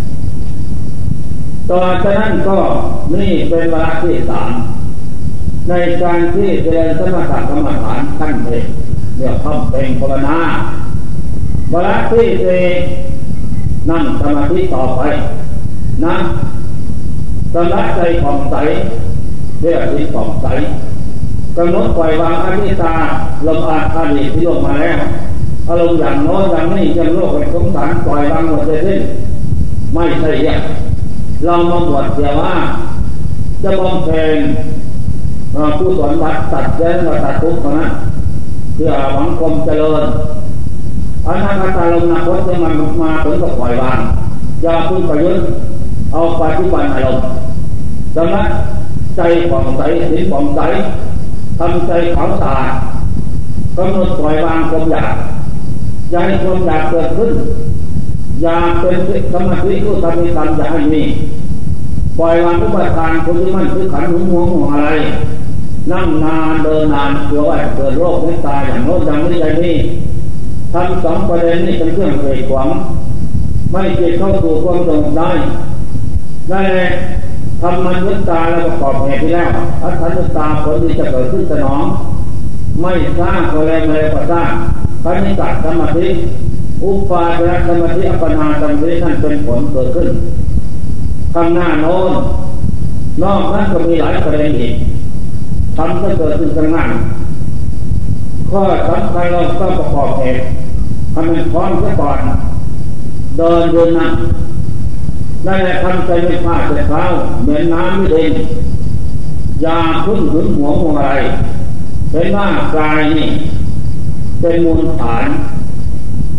ต่อจากนั้นก็นี่เป็นวาระที่สามในการที่เจริญสมถะกรรมฐานขั้นเอกเรียกคำเพลงภาวนาวาระที่สี่นั่งสมาธิต่อไปนะสละใจผ่องใสเรียกจิตผ่องใสกำหนดปล่อยวางอนิจจาลมอาคาดีที่ลงมาแล้วอารมณ์อย่างโน้นอย่างนี้ยังโลกเป็นสงสารปล่อยวางหมดเลยสิ้นไม่ใช่เนี่ยเรามาบวชเสียว่าจะบำเพ็ญผู้สอนวัดตัดเส้นวัดตัดทุกข์นะเพื่อหวังความเจริญอนาคตาลมนาคตจะมันมาถึงกับปล่อยวางอย่าพึ่งประยุทธ์เอาปัจจุบันอารมณ์ดังนั้นใจผ่องใสศีลผ่องใสทำใจขาวสะอาดกำหนดปล่อยวางความอยากอย่าให้ความอยากเกิดขึ้นอย่าเป็นสมาธิผู้ทำให้ทำอย่าให้มีปล่อยวางทุกประการคนที่มันคือขันหนุ่มห่วงห่วงอะไรนั่งนานเดินนานกลัวว่าเกิดโรคไม่ตายอย่างโน้นอย่างนี้ใจนี้ทำสองประเด็นนี้เป็นเครื่องเกิดขวางไม่จิตเข้าสู่ความสงบได้ได้เลยทำมันยุตตาแล้วประกอบเหตุที่แล้วอัตถัญญตาผลที่จะเกิดขึ้นสนองไม่สร้างก็เลยไม่ได้สร้างปณิสัตสมาธิอุปาจารสมาธิอัปปนาสมาธินั่นเป็นผลเกิดขึ้นข้างหน้าโน้นนอกนั้นก็มีหลายประเด็นอีกทำให้เกิดขึ้นข้างหน้าข้อสำคัญเราต้องประกอบเหตุทำเป็นพร้อมเสียก่อนเดินเดินนั่งได้แต่ทำใจไม่พลาดแต่เท้าเหมือนน้ำไม่เด่นยาพึ่งถึงหัวหัวอะไรเป็นว่ากายนี่เป็นมูลฐาน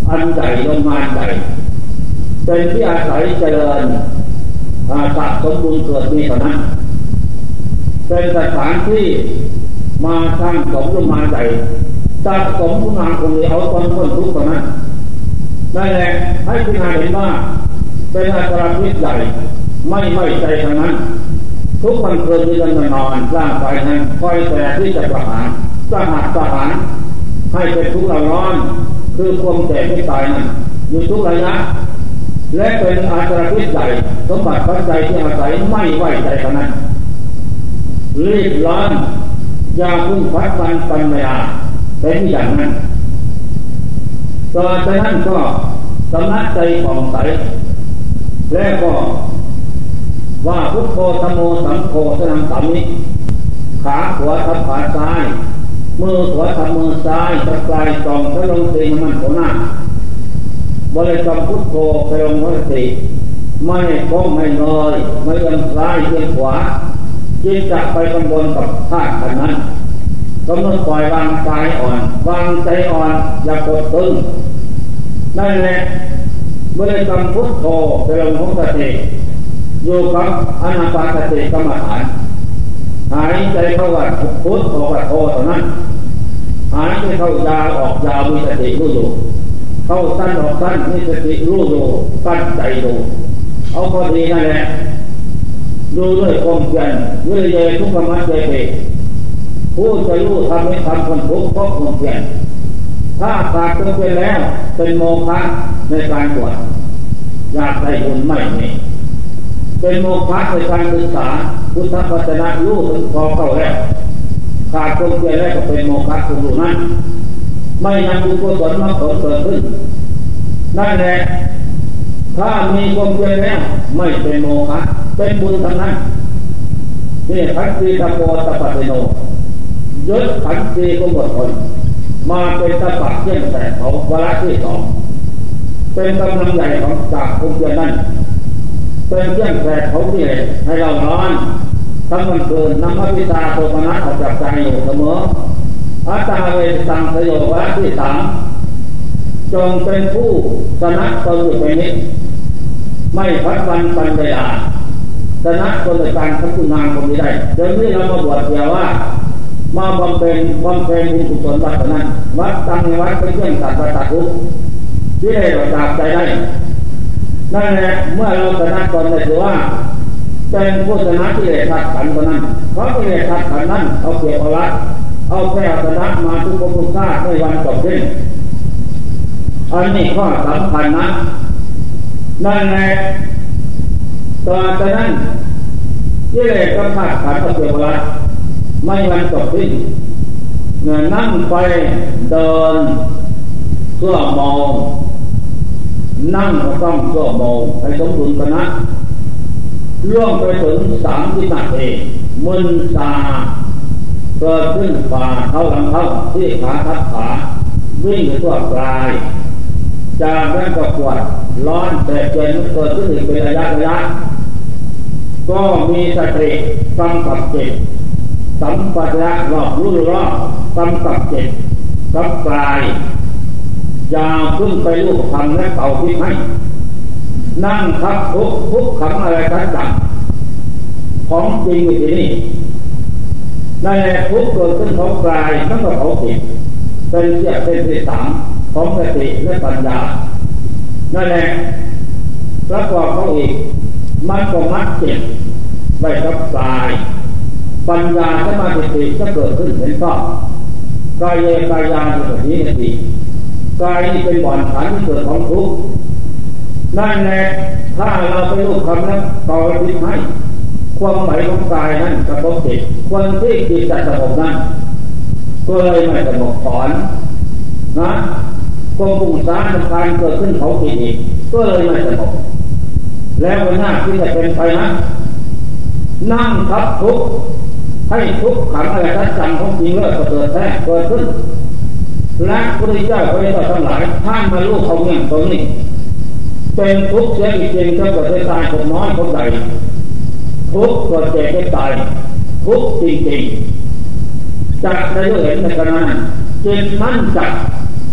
อันใหญ่โรงงานใหญ่เป็นที่อาศัยเจริญสะสมบุญเกิดมีเท่านั้นเป็นสถานที่มาสร้างสมโรงงานใหญ่สะสมคุณงามความดีเอาตนพ้นทุกข์เท่านั้นนั่นแหละให้พิจารณาเห็นว่าเป็นอาการพิษใหญ่ไม่ไว้ใจทางนั้นทุกวันคืนที่เรานอนร่างกายนั้นคอยแต่ที่จะประหารสหัสประหารให้เป็นทุกข์ร้อนคือความแก่ไม่ตายนั้นอยู่ทุกระยะและเป็นอาการพิษใหญ่สมบัติปัจจัยที่อาศัยไม่ไว้ใจทางนั้นรีบร้อนอย่าพึ่งพัดฟันปัญญาเป็นอย่างนั้นต่อจากนั้นก็สำนักใจผ่องใสและก็ว่าพุทโธธัมโมสังโฆสนังสามิขาขวาทับขาซ้ายมือขวาทับมือซ้ายตะกายตรงตะลงตีมันหัวหน้าบริกรรมพุทโธไปลงวัฏติไม่ก้มไม่เงยไม่เอียงซ้ายเอียงขวาจิตจะไปกำบนกับธาตุขันธ์นั้นกำหนดปล่อยวางกายอ่อนวางใจอ่อนอย่ากดตึงนั่นแหละบริกรรมพุทโธไปลงหัวสติอยู่กับอานาปานสติกรรมฐานหายใจเข้าว่าพุทออกว่าโธเท่านั้นหายใจเข้ายาวออกยาวมีสติรู้อยู่เข้าสั้นออกสั้นมีสติรู้อยู่ตั้งใจดูเอาพอดีนั่นแหละดูด้วยความเพียรวิริยทุกขมัจเจเตผู้จะรู้ทำให้ทำคนทุกข์เพราะความเพียรถ้าขาดตัวไปแล้วเป็นโมฆะในการบวชอยากได้บุญไม่มีเป็นโมฆะในการศึกษาพุทธวจนะรู้ถึงพอเข้าแล้วขาดตัวไปแล้วก็เป็นโมฆะคุณรู้นั้นไม่นำบุญกุศลมาผลเกิดขึ้นนั่นแหละถ้ามีความเพียรแล้วไม่เป็นโมฆะเป็นบุญทั้งนั้นนี่ขันติตโปตปฏิโนยึดขันติก็หมดผลมาเป็นตปะเยี่ยมแต่เขาวาระที่สองเป็นกำลังใหญ่ของจากภูมิเพียรนั้นเป็นเยี่ยมแต่เขาที่ให้เราร้อนทั้งวันคืนนำอภิตาโทมนัสออกจากใจอยู่เสมออัตตาเวสังสโยวาระที่สามจงเป็นผู้ชนะตนอยู่เป็นนิจไม่พัดวันปัญญาชนะตนในการทำคุณงามความดีได้เดี๋ยวนี้เรามาบวชเดียวว่ามาบำเพ็ญบำเพ็ญบุญกุศลวัดนั้นวัดตั้งวัดเป็นเครื่องตัดตัดทุกข์ที่ได้เราจากใจได้นั่นแหละเมื่อเราชนะตนได้ถือว่าเป็นผู้ชนะที่ได้ขัดขันคนนั้นเพราะที่ได้ขัดขันนั้นเอาเปรียบเอาละเอาแพ้ชนะมาทุกภพทุกชาติในวันจบสิ้นอันนี้ข้อสำคัญนะนั่นแหละต่อจากนั้นที่ได้ก็ขัดขันเอาเปรียบเอาละไม่วันจบสิ้นเงินนั่งไปเดินเพื่อมองนั่งก็ต้องเพื่อมองให้สมดุลกันนะล่วงไปถึงสามสิบนาทีมึนชาเกิดขึ้นฝ่าเท้าหลังเท้าที่ขาทับขาวิ่งไปทั่วกายจากนั้นก็ปวดร้อนแต่เย็นเกิดขึ้นอีกเป็นระยะระยะก็มีสติกำกับจิตสัมปชัญญะรอบรู้รอบกำกับจิตกับกายยาวขึ้นไปลูกคำและเป่าพิษให้นั่งทับทุกทุกขังอะไรต่างๆของจริงอยู่ที่นี่ในทุกเกิดขึ้นของกายนั่นก็เขาจิตเป็นเสียเป็นที่สามของสติและปัญญานั่นแหละประกอบเขาอีกมันก็มัดจิตไว้กับกายปัญญาสมาธิจะเกิดขึ้นเห็นชอบกายเยกายาในแบบนี้นะทีกายนี่เป็นบ่อนฐานที่เกิดของทุกข์นั่นแหละถ้าเราไปรู้คำนั้นต่อไปพิให้ความหมายของกายนั้นกระทบจิตคนที่จิตจะสงบนั้นก็เลยไม่สงบถอนนะความปุงสารในการเกิดขึ้นเขาจิตอีกก็เลยไม่สงบแล้ววันหน้าที่จะเป็นไปนะนั่งทับทุกข์ให้ทุกข์ขังอะไรทั้งจังของจริงเลิศเกิดแท้เกิดขึ้นและพระพุทธเจ้าพระเจ้าทั้งหลายท่านมาลูกเขาเงี้ยตรงนี้เป็นทุกข์เสียจริงๆก็เกิดตายคนน้อยคนใหญ่ทุกข์เกิดเจ็บเกิดตายทุกข์จริงๆจักได้เห็นในขณะนั้นจิตมั่นจัก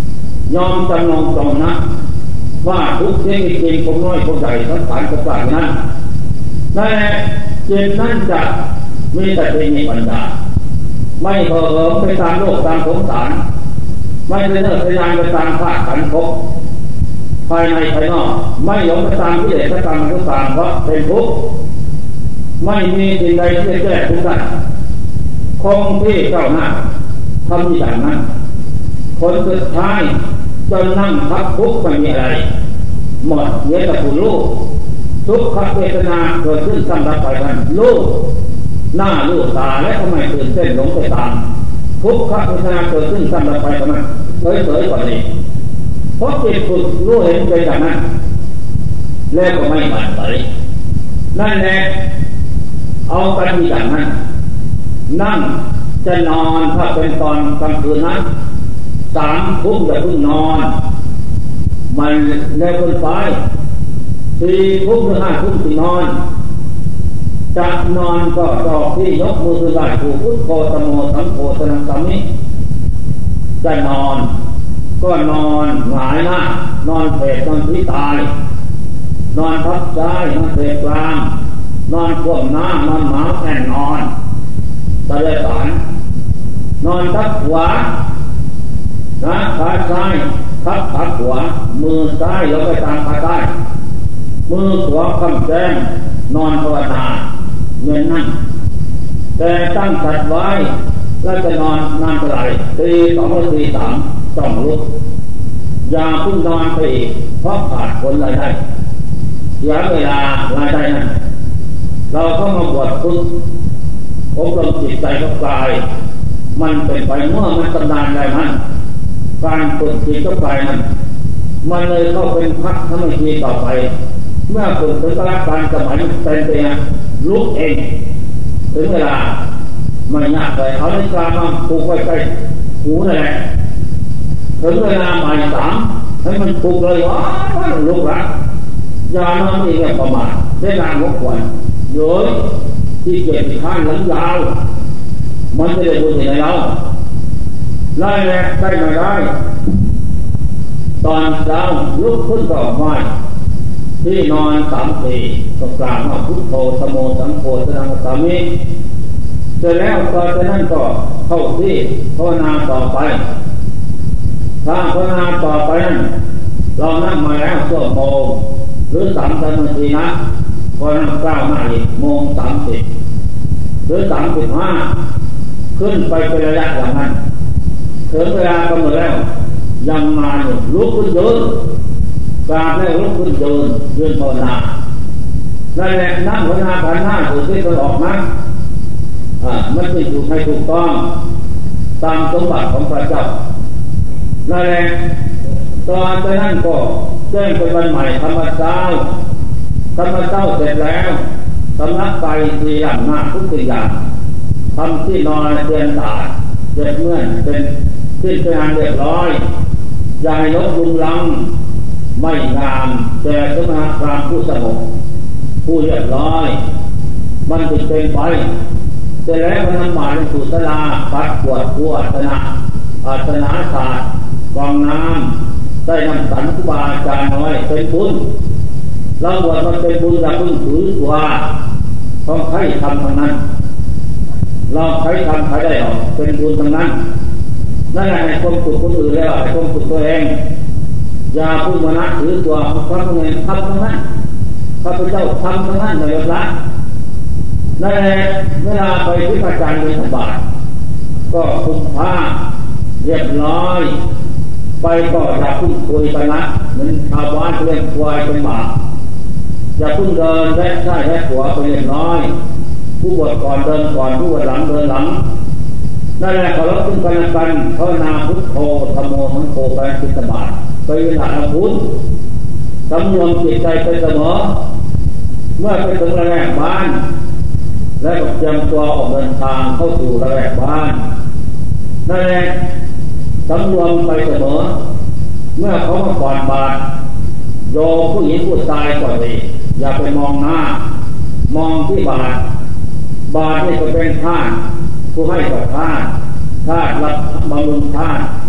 ยอมจำนองตรงนะว่าทุกสิ่งจริงผมน้อยผมใหญ่ทั้งสารกระต่ายนั้นนั่นแหละจิตนั้นจะมีแต่เป็นมีปัญญาไม่เผลอไปตามโลกตามสงสารไม่เลื่อนพยายามไปตามภาคขันธ์ภพภายในภายนอกไม่หลงไปตามกิเลสตามทุกข์ตามเพราะเป็นทุกข์ไม่มีสิ่งใดที่จะแก้ทุกข์ได้คงที่เจ้าหน้าทำอย่างนั้นคนสุดท้ายจนนั่งพักทุกข์ไม่มีอะไรหมดเหลือแต่ผู้รู้ทุกขเวทนาเกิดขึ้นซ้ำรับไปนั้นรู้หน้ารู้ตาและทำไมตื่นเต้นหลงไปตามทุกขเวทนาเกิดขึ้นซ้ำรับไปทำไมเฉยๆกว่านี้เพราะจิตฝึกรู้เห็นไปจากนั้นแล้วก็ไม่หวั่นไหวนั่นแหละเอากันอย่างนั้นนั่งจะนอนถ้าเป็นตอนกลางคืนนั้นสามทุ่มจะเพิ่งนอนมันแล้วเพิ่งไปสี่ทุ่มถึงห้าทุ่มถึงนอนจะนอนก็ดอกที่ยกมือไหล่ผูกพุทโธตโมสังโฆสนังสามิจะนอนก็นอนหงายหน้านอนเพลนอนที่ตายนอนทับซ้ายนอนเพลกลางนอนคว่ำหน้านอนหมาแอนนอนตะเลสานนอนทับขวานะขาซ้ายทับขาขวามือซ้ายแล้วไปตามขาซ้ายมือขวาคำแจ้งนอนภาวนาเงินนั่นแต่ตั้งสัตว์ไว้แล้วจะนอนนานเท่าไหร่ตีสองหรือตีสามต้องลุกอย่าเพิ่งนอนไปอีกเพราะขาดผลรายได้เสียเวลารายได้นั้นเราเข้ามาบวชฝึกอบรมจิตใจกับกายมันเป็นไปเมื่อมันชำนาญได้นั้นการฝึกจิตกับกายนั้นมันเลยเข้าเป็นพักธรรมชีต่อไปเมื่อฝึกถึงระดับการสมัยเป็นไปลุกเองถึงเวลาไม่ยากเลยเอาในกลางมาปลูกไว้ใกล้หูนั่นแหละถึงเวลาบ่ายสามให้มันปลูกเลยว้าวลุกละยานอนอีกแบบประมาณได้นานกว่าเยอะที่เก็บข้างหลังยาวมันจะได้บุญในเราไล่แรกได้มาได้ตอนเช้าลุกขึ้นก็ไหว้ที่นอนสามทีก็กล่าวว่าพุทโธสโมสังโฆสนังสามิเสร็จแล้วตอนนั้นก็เข้าที่ภาวนาต่อไปถ้าภาวนาต่อไปนั้นเรานั่งมาแล้วชั่วโมงหรือสามสิบนาทีนะพอนั่งก้าวหน้าอีกโมงสามสิบหรือสามสิบห้าขึ้นไปเป็นระยะอย่างนั้นถึงเวลากำหนดแล้วยังมาหนึ่งลุกขึ้นยืนกราบแล้วลุกขึ้นยืนยืนภาวนานั่นแหละนั่งภาวนาผ่านหน้าถูกที่ตลอดนะอ่ามันจะถูกให้ถูกต้องตามสมบัติของพระเจ้านั่นแหละตอนนั้นก็แจ้งเป็นวันใหม่ธรรมเจ้าธรรมเจ้าเสร็จแล้วสำนักไปสี่อย่างหน้าทุกสิ่งอย่างทำที่นอนเตียนตาเจ็บเมื่อนเป็นที่เป็นงานเรียบร้อยยายลบลุงลังไม่งามแต่สมณพราหมณ์ผู้สงบผู้เรียบร้อยมันติดเป็นไปแต่แล้วมันนำมาในสุสลาปัดปวดผู้อัตนาอัตนาศาสตร์กองน้ำได้นำสันคุบาอาจารย์น้อยเป็นบุญเราบวชมันเป็นบุญอย่าเพิ่งถือตัวต้องใครทำทางนั้นเราใครทำใครได้หรอกเป็นบุญทางนั้นนั่นแหละให้ความสุขคนอื่นแล้วให้ความสุขตัวเองอย่าพึ่งมานะถือตัวพระพุทธเจ้าทำทางนั้นพระพุทธเจ้าทำทางนั้นเลยละนั่นแหละเวลาไปที่พระอาจารย์บิณฑบาตก็คุมผ้าเรียบร้อยไปก็อย่าพึ่งคุยกันนะเหมือนชาวบ้านเลี้ยงควายเป็นหมาอย่าพึ่งเดินแวะซ้ายแวะขวาไปเรียบร้อยผู้บวชก่อนเดินก่อนผู้บวชหลังเดินหลังนั่นแหละก็รับซึ่งกันและกันภาวนาพุทโธธรรมโมสังโฆไปปฏิบัติไปเวลาละพุทธสำรวมจิตใจไปเสมอเมื่อไปถึงระแวกบ้านและก็เตรียมตัวออกเดินทางเข้าสู่ระแวกบ้านนั่นแหละสำรวมไปเสมอเมื่อเขามาก่อนบาทโยผู้หญิงผู้ชายก่อนดีอย่าไปมองหน้ามองที่บาทบาทนี่จะเป็นท่านผู้ให้กับท่านท่านรับบำรุงท่าน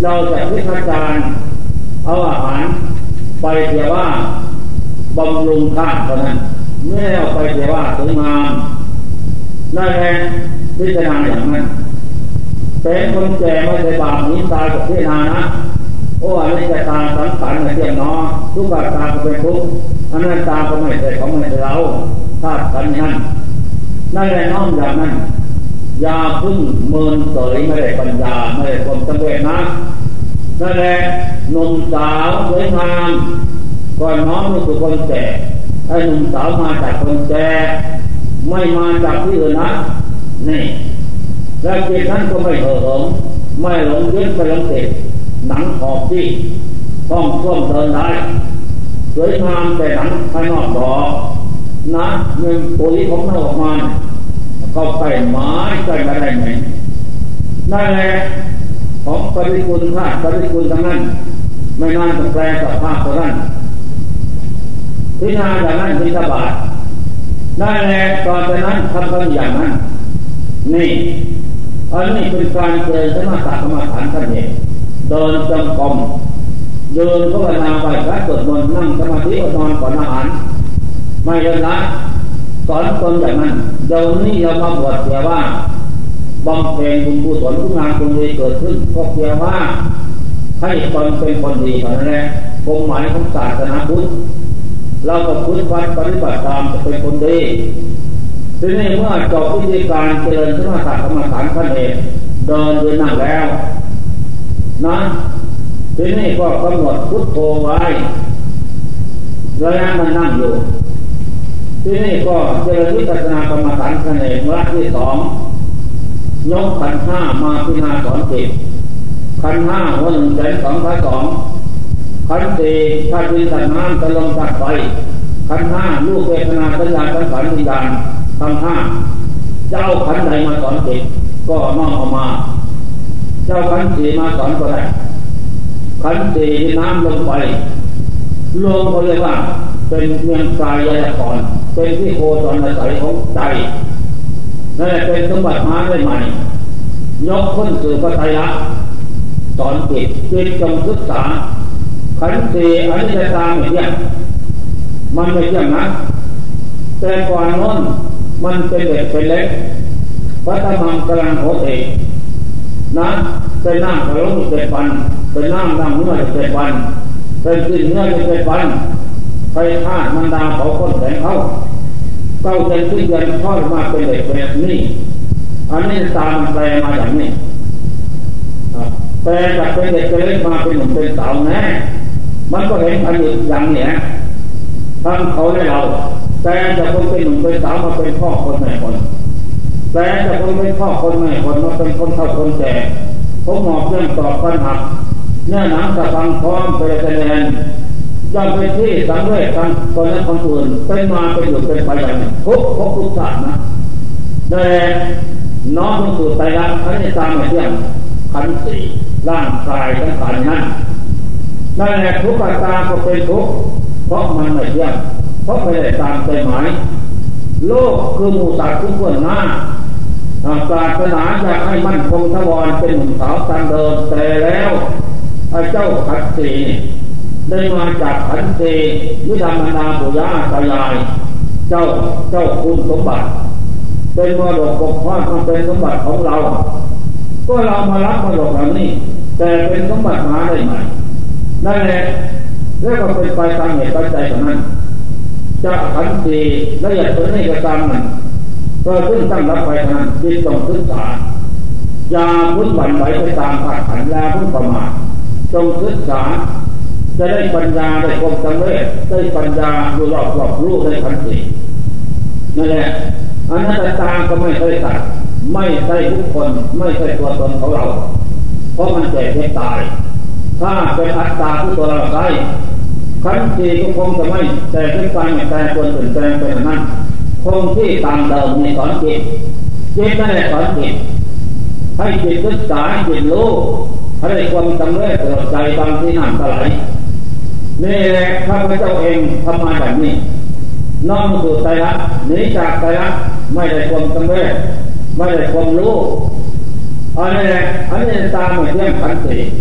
เราจะพิจารณาเอาอาหารไปเสียว่าบำรุงธาตุเท่านั้นไม่ได้เอาไปเสียว่าสวยงามนั่นแหละพิจารณาอย่างนั้นเป็นคนแก่ไม่ได้บาปนี้ตายกับพิจารณานะโอ้อันนี้จะตาสังขารเที่ยงเนาะทุกข์ตาก็เป็นทุกข์อนัตตาก็ไม่ใช่ของไม่ใช่เราธาตุขันธ์นั้นนั่นแหละน้อมอย่างนั้นอย่าพึ่งเมินเสยไม่ได้ปัญญาไม่ได้ความสำเร็จนะนั่นแหละหนุ่มสาวสวยงามก่อนน้อมก็คือคนแก่ไอ้หนุ่มสาวมาจากคนแก่ไม่มาจากที่อื่นนะนี่และจิตนั้นก็ไม่เห่อเหิมไม่หลงยึดไม่หลงติดหนังหอบที่ห้องท่วมเดินได้สวยงามแต่หนังภายนอกดอกนะเงินปุ๋ยของเราออกมาก็ไปไม้ใกล้มาได้ไหมนั่นแหละของปฏิกูลธาตุปฏิกูลทั้งนั้นไม่นานจะแปลสภาพตัวนั้นพิจารณาอย่างนั้นพิจารณานั่นแหละตอนนั้นทำกันอย่างนั้นนี่อันนี้เป็นการเจริญสมถะกรรมฐานขั้นเอกเดินจงกรมเดินภาวนาไปพระสวดมนต์นั่งสมาธิอดนอนก่อนอาหารไม่เลิกละสอนตนอย่างนั้นเดี๋ยวนี้เรามาบวชเสียว่าบำเพ็ญบุญกุศลทุกงานบุญดีเกิดขึ้นก็เพียงว่าให้ตนเป็นคนดีเท่านั้นแหละความหมายของศาสนาพุทธเราก็พุทธวัดปฏิบัติตามจะเป็นคนดีทีนี้เมื่อจบวิธีการเจริญสมถะกรรมฐานขั้นเอกเดินเดินนั่งแล้วนะทีนี้ก็กำหนดพุทโธไว้ระยะมันนั่งอยู่ทีนี้ก็เจริญวิปัสสนากรรมฐานขั้นเอกระยะที่สองยกขันธ์ห้ามาพิจารณาสอนจิตขันธ์ห้าหัวหนึ่งแสนสองพันสองขันธ์สี่ธาตุดินธาตุน้ำธาตุลมธาตุไฟขันธ์ห้ารูปเวทนาสัญญาสังขารวิญญาณทั้งห้าเจ้าขันธ์ใดมาสอนจิตก็น้อมเอามาเจ้าขันธ์สี่มาสอนก็ได้ขันธ์สี่น้ำลงไปลงก็เรียกว่าเป็นเมืองกายยากรเป็นที่โคจรอาศัยของใจนั่นแหละเป็นสมบัติมาได้ใหม่ยกขึ้นสู่ปัจจัยสอนจิตจิตจงศึกษาขันธ์สี่อนิจจตาไม่เที่ยงมันไม่เที่ยงนะแต่ก่อนโน้นมันเป็นเด็กเป็นเล็กวัฏมังกำลังโหเอกนะเป็นน้ำกระล้มเจ็ดวันเป็นน้ำดำเนื้อเจ็ดวันเป็นสิ้นเนื้อเจ็ดวันไปธาตุมันดาเผาก้นแสงเขาเก้าเดือนที่เดือนทอดมาเป็นเด็กแบบนี้อันนี้ตามแปลมาอย่างนี้แปลจากเป็นเด็กเป็นเล็กมาเป็นหนุ่มเป็นสาวแน่มันก็เห็นอันนี้อย่างเนี้ยทั้งเขาและเราแต่จากคนเป็นหนุ่มเป็นสาวมาเป็นพ่อคนแม่คนแต่จากคนเป็นพ่อคนแม่คนมาเป็นคนเฒ่าคนแก่ผมหมอบเรื่องตอบปัญหาเนื้อหนังกระฟังพร้อมไปแสดงยังเป็นที่สังเวชกันคนและคนอื่นเป็นมาเป็นอยู่เป็นไปอย่างนี้ทุกทุกทุกชาตินะแต่น้อมสู่ไตรลักษณ์อันนี้ตามมาเที่ยงขันธ์สี่ร่างกายทั้งขันธ์นั้นนั่นแหละทุกข์ตาก็เป็นทุกข์เพราะมันไม่เที่ยงเพราะไม่ได้ตามใจหมายโลกคือหมู่สัตว์ทุกคนหน้าปรารถนาอยากให้มั่นคงถาวรเป็นหนุ่มสาวตามเดิมแต่แล้วเจ้าขันธ์สี่ได้มาจากขันธ์สี่วิธรรมนาปุญญาตายายเจ้าเจ้าคุณสมบัติเป็นมรดกตกทอดมาเป็นสมบัติของเราก็เรามารับมรดกเหล่านี้แต่เป็นสมบัติมาได้ไหมนั่นแหละแล้วก็เป็นไปตามเหตุปัจจัยของนั้นจะขันธ์สี่ละเอียดตัวนี้ก็ตามนั้นก็ขึ้นตั้งรับไปทางจิตต้องศึกษาอย่าพุ่งบั่นไหวไปตามขัดขันแล้วพุ่งประมาทจงศึกษาจะได้ปัญญาได้ความสำเร็จได้ปัญญาดูรอบรอบรู้ได้ขันธ์สี่นั่นแหละอนัตตาก็ไม่ใช่สัตว์ไม่ใช่ทุกคนไม่ใช่ตัวตนของเราเพราะมันแก่เจ็บตายถ้าเป็นอัตตาที่ตัวเราใช้ขันธ์สี่ก็คงจะไม่แต่ขึ้นไปไม่แต่ตัวเปลี่ยนแปลงเป็นนั้นคงที่ตามเดิมในสอนจิตจิตนั่นแหละสอนจิตให้จิตศึกษาจิตรู้ให้ได้ความสำเร็จตลอดใจบางที่นั่นตลายนี่แหละข้าพเจ้าเองทำมาแบบนี้น้อมสู่ไตรลักษณ์หนีจากไตรลักษณ์ไม่ได้ความสำเร็จไม่ได้ความรู้อันนี้แหละอันนี้ตามมาเที่ยงขันธ์สี่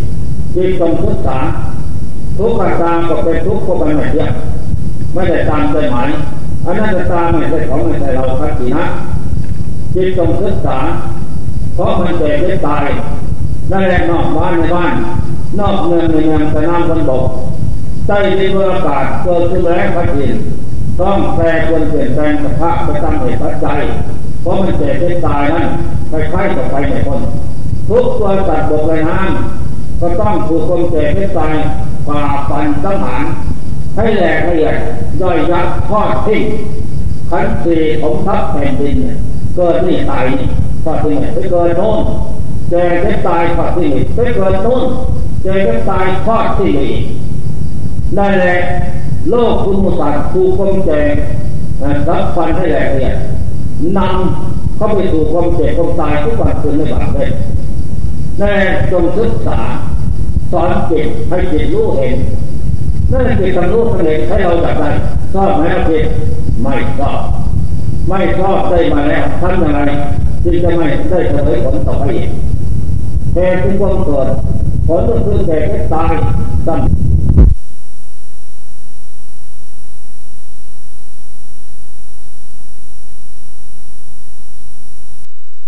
จิตต้องศึกษาทุกข์ตามก็เป็นทุกข์ก็เป็นไม่เที่ยงไม่ได้ตามใจหมายอนัตตาไม่ใช่ของไม่ใช่เราคัดสีนะจิตต้องศึกษาเพราะมันเกิดเจ็บตายนั่นแหละนอกบ้านในบ้านนอกเมืองในเมืองแต่น้ำบนบกใต้ดินบนอากาศเกิดขึ้นแล้วพัดดินต้องแปรปรวนเปลี่ยนแปลงสภาพไปตามเหตุปัจจัยเพราะมันเกิดเจ็บตายนั้นคล้ายๆกับไฟในคนทุกตัวสัตว์บกในน้ำก็ต้องถูกความเกิดเจ็บตายฝ่าฟันสังหารให้แหลกละเอียดย่อยยับทอดทิ้งขันธ์สี่ของทัพแผ่นดินเนี่ยเกิดนี่ตายนี่ทอดทิ้งไปเกิดโน่นเจอเจ็บตายทอดทิ้งไปเกิดโน่นเจอเจ็บตายทอดทิ้งอีกได้แหละโลกคุณมุสัตว์ถูกความเจ็บรับฟันให้แหลกละเอียดนำเข้าไปสู่ความเจ็บความตายทุกวันคืนไม่หวั่นเลยแน่จงศึกษาสอนจิตให้จิตรู้เห็นนั่นคือความรู้ความเห็นให้เราจับได้ชอบไหมครับจิตไม่ชอบไม่ชอบได้มาแล้วทำอย่างไรจึงจะไม่ได้เผยผลต่อไปอีกเหตุที่ความเกิดผลก็คือแก่ตายตั้ง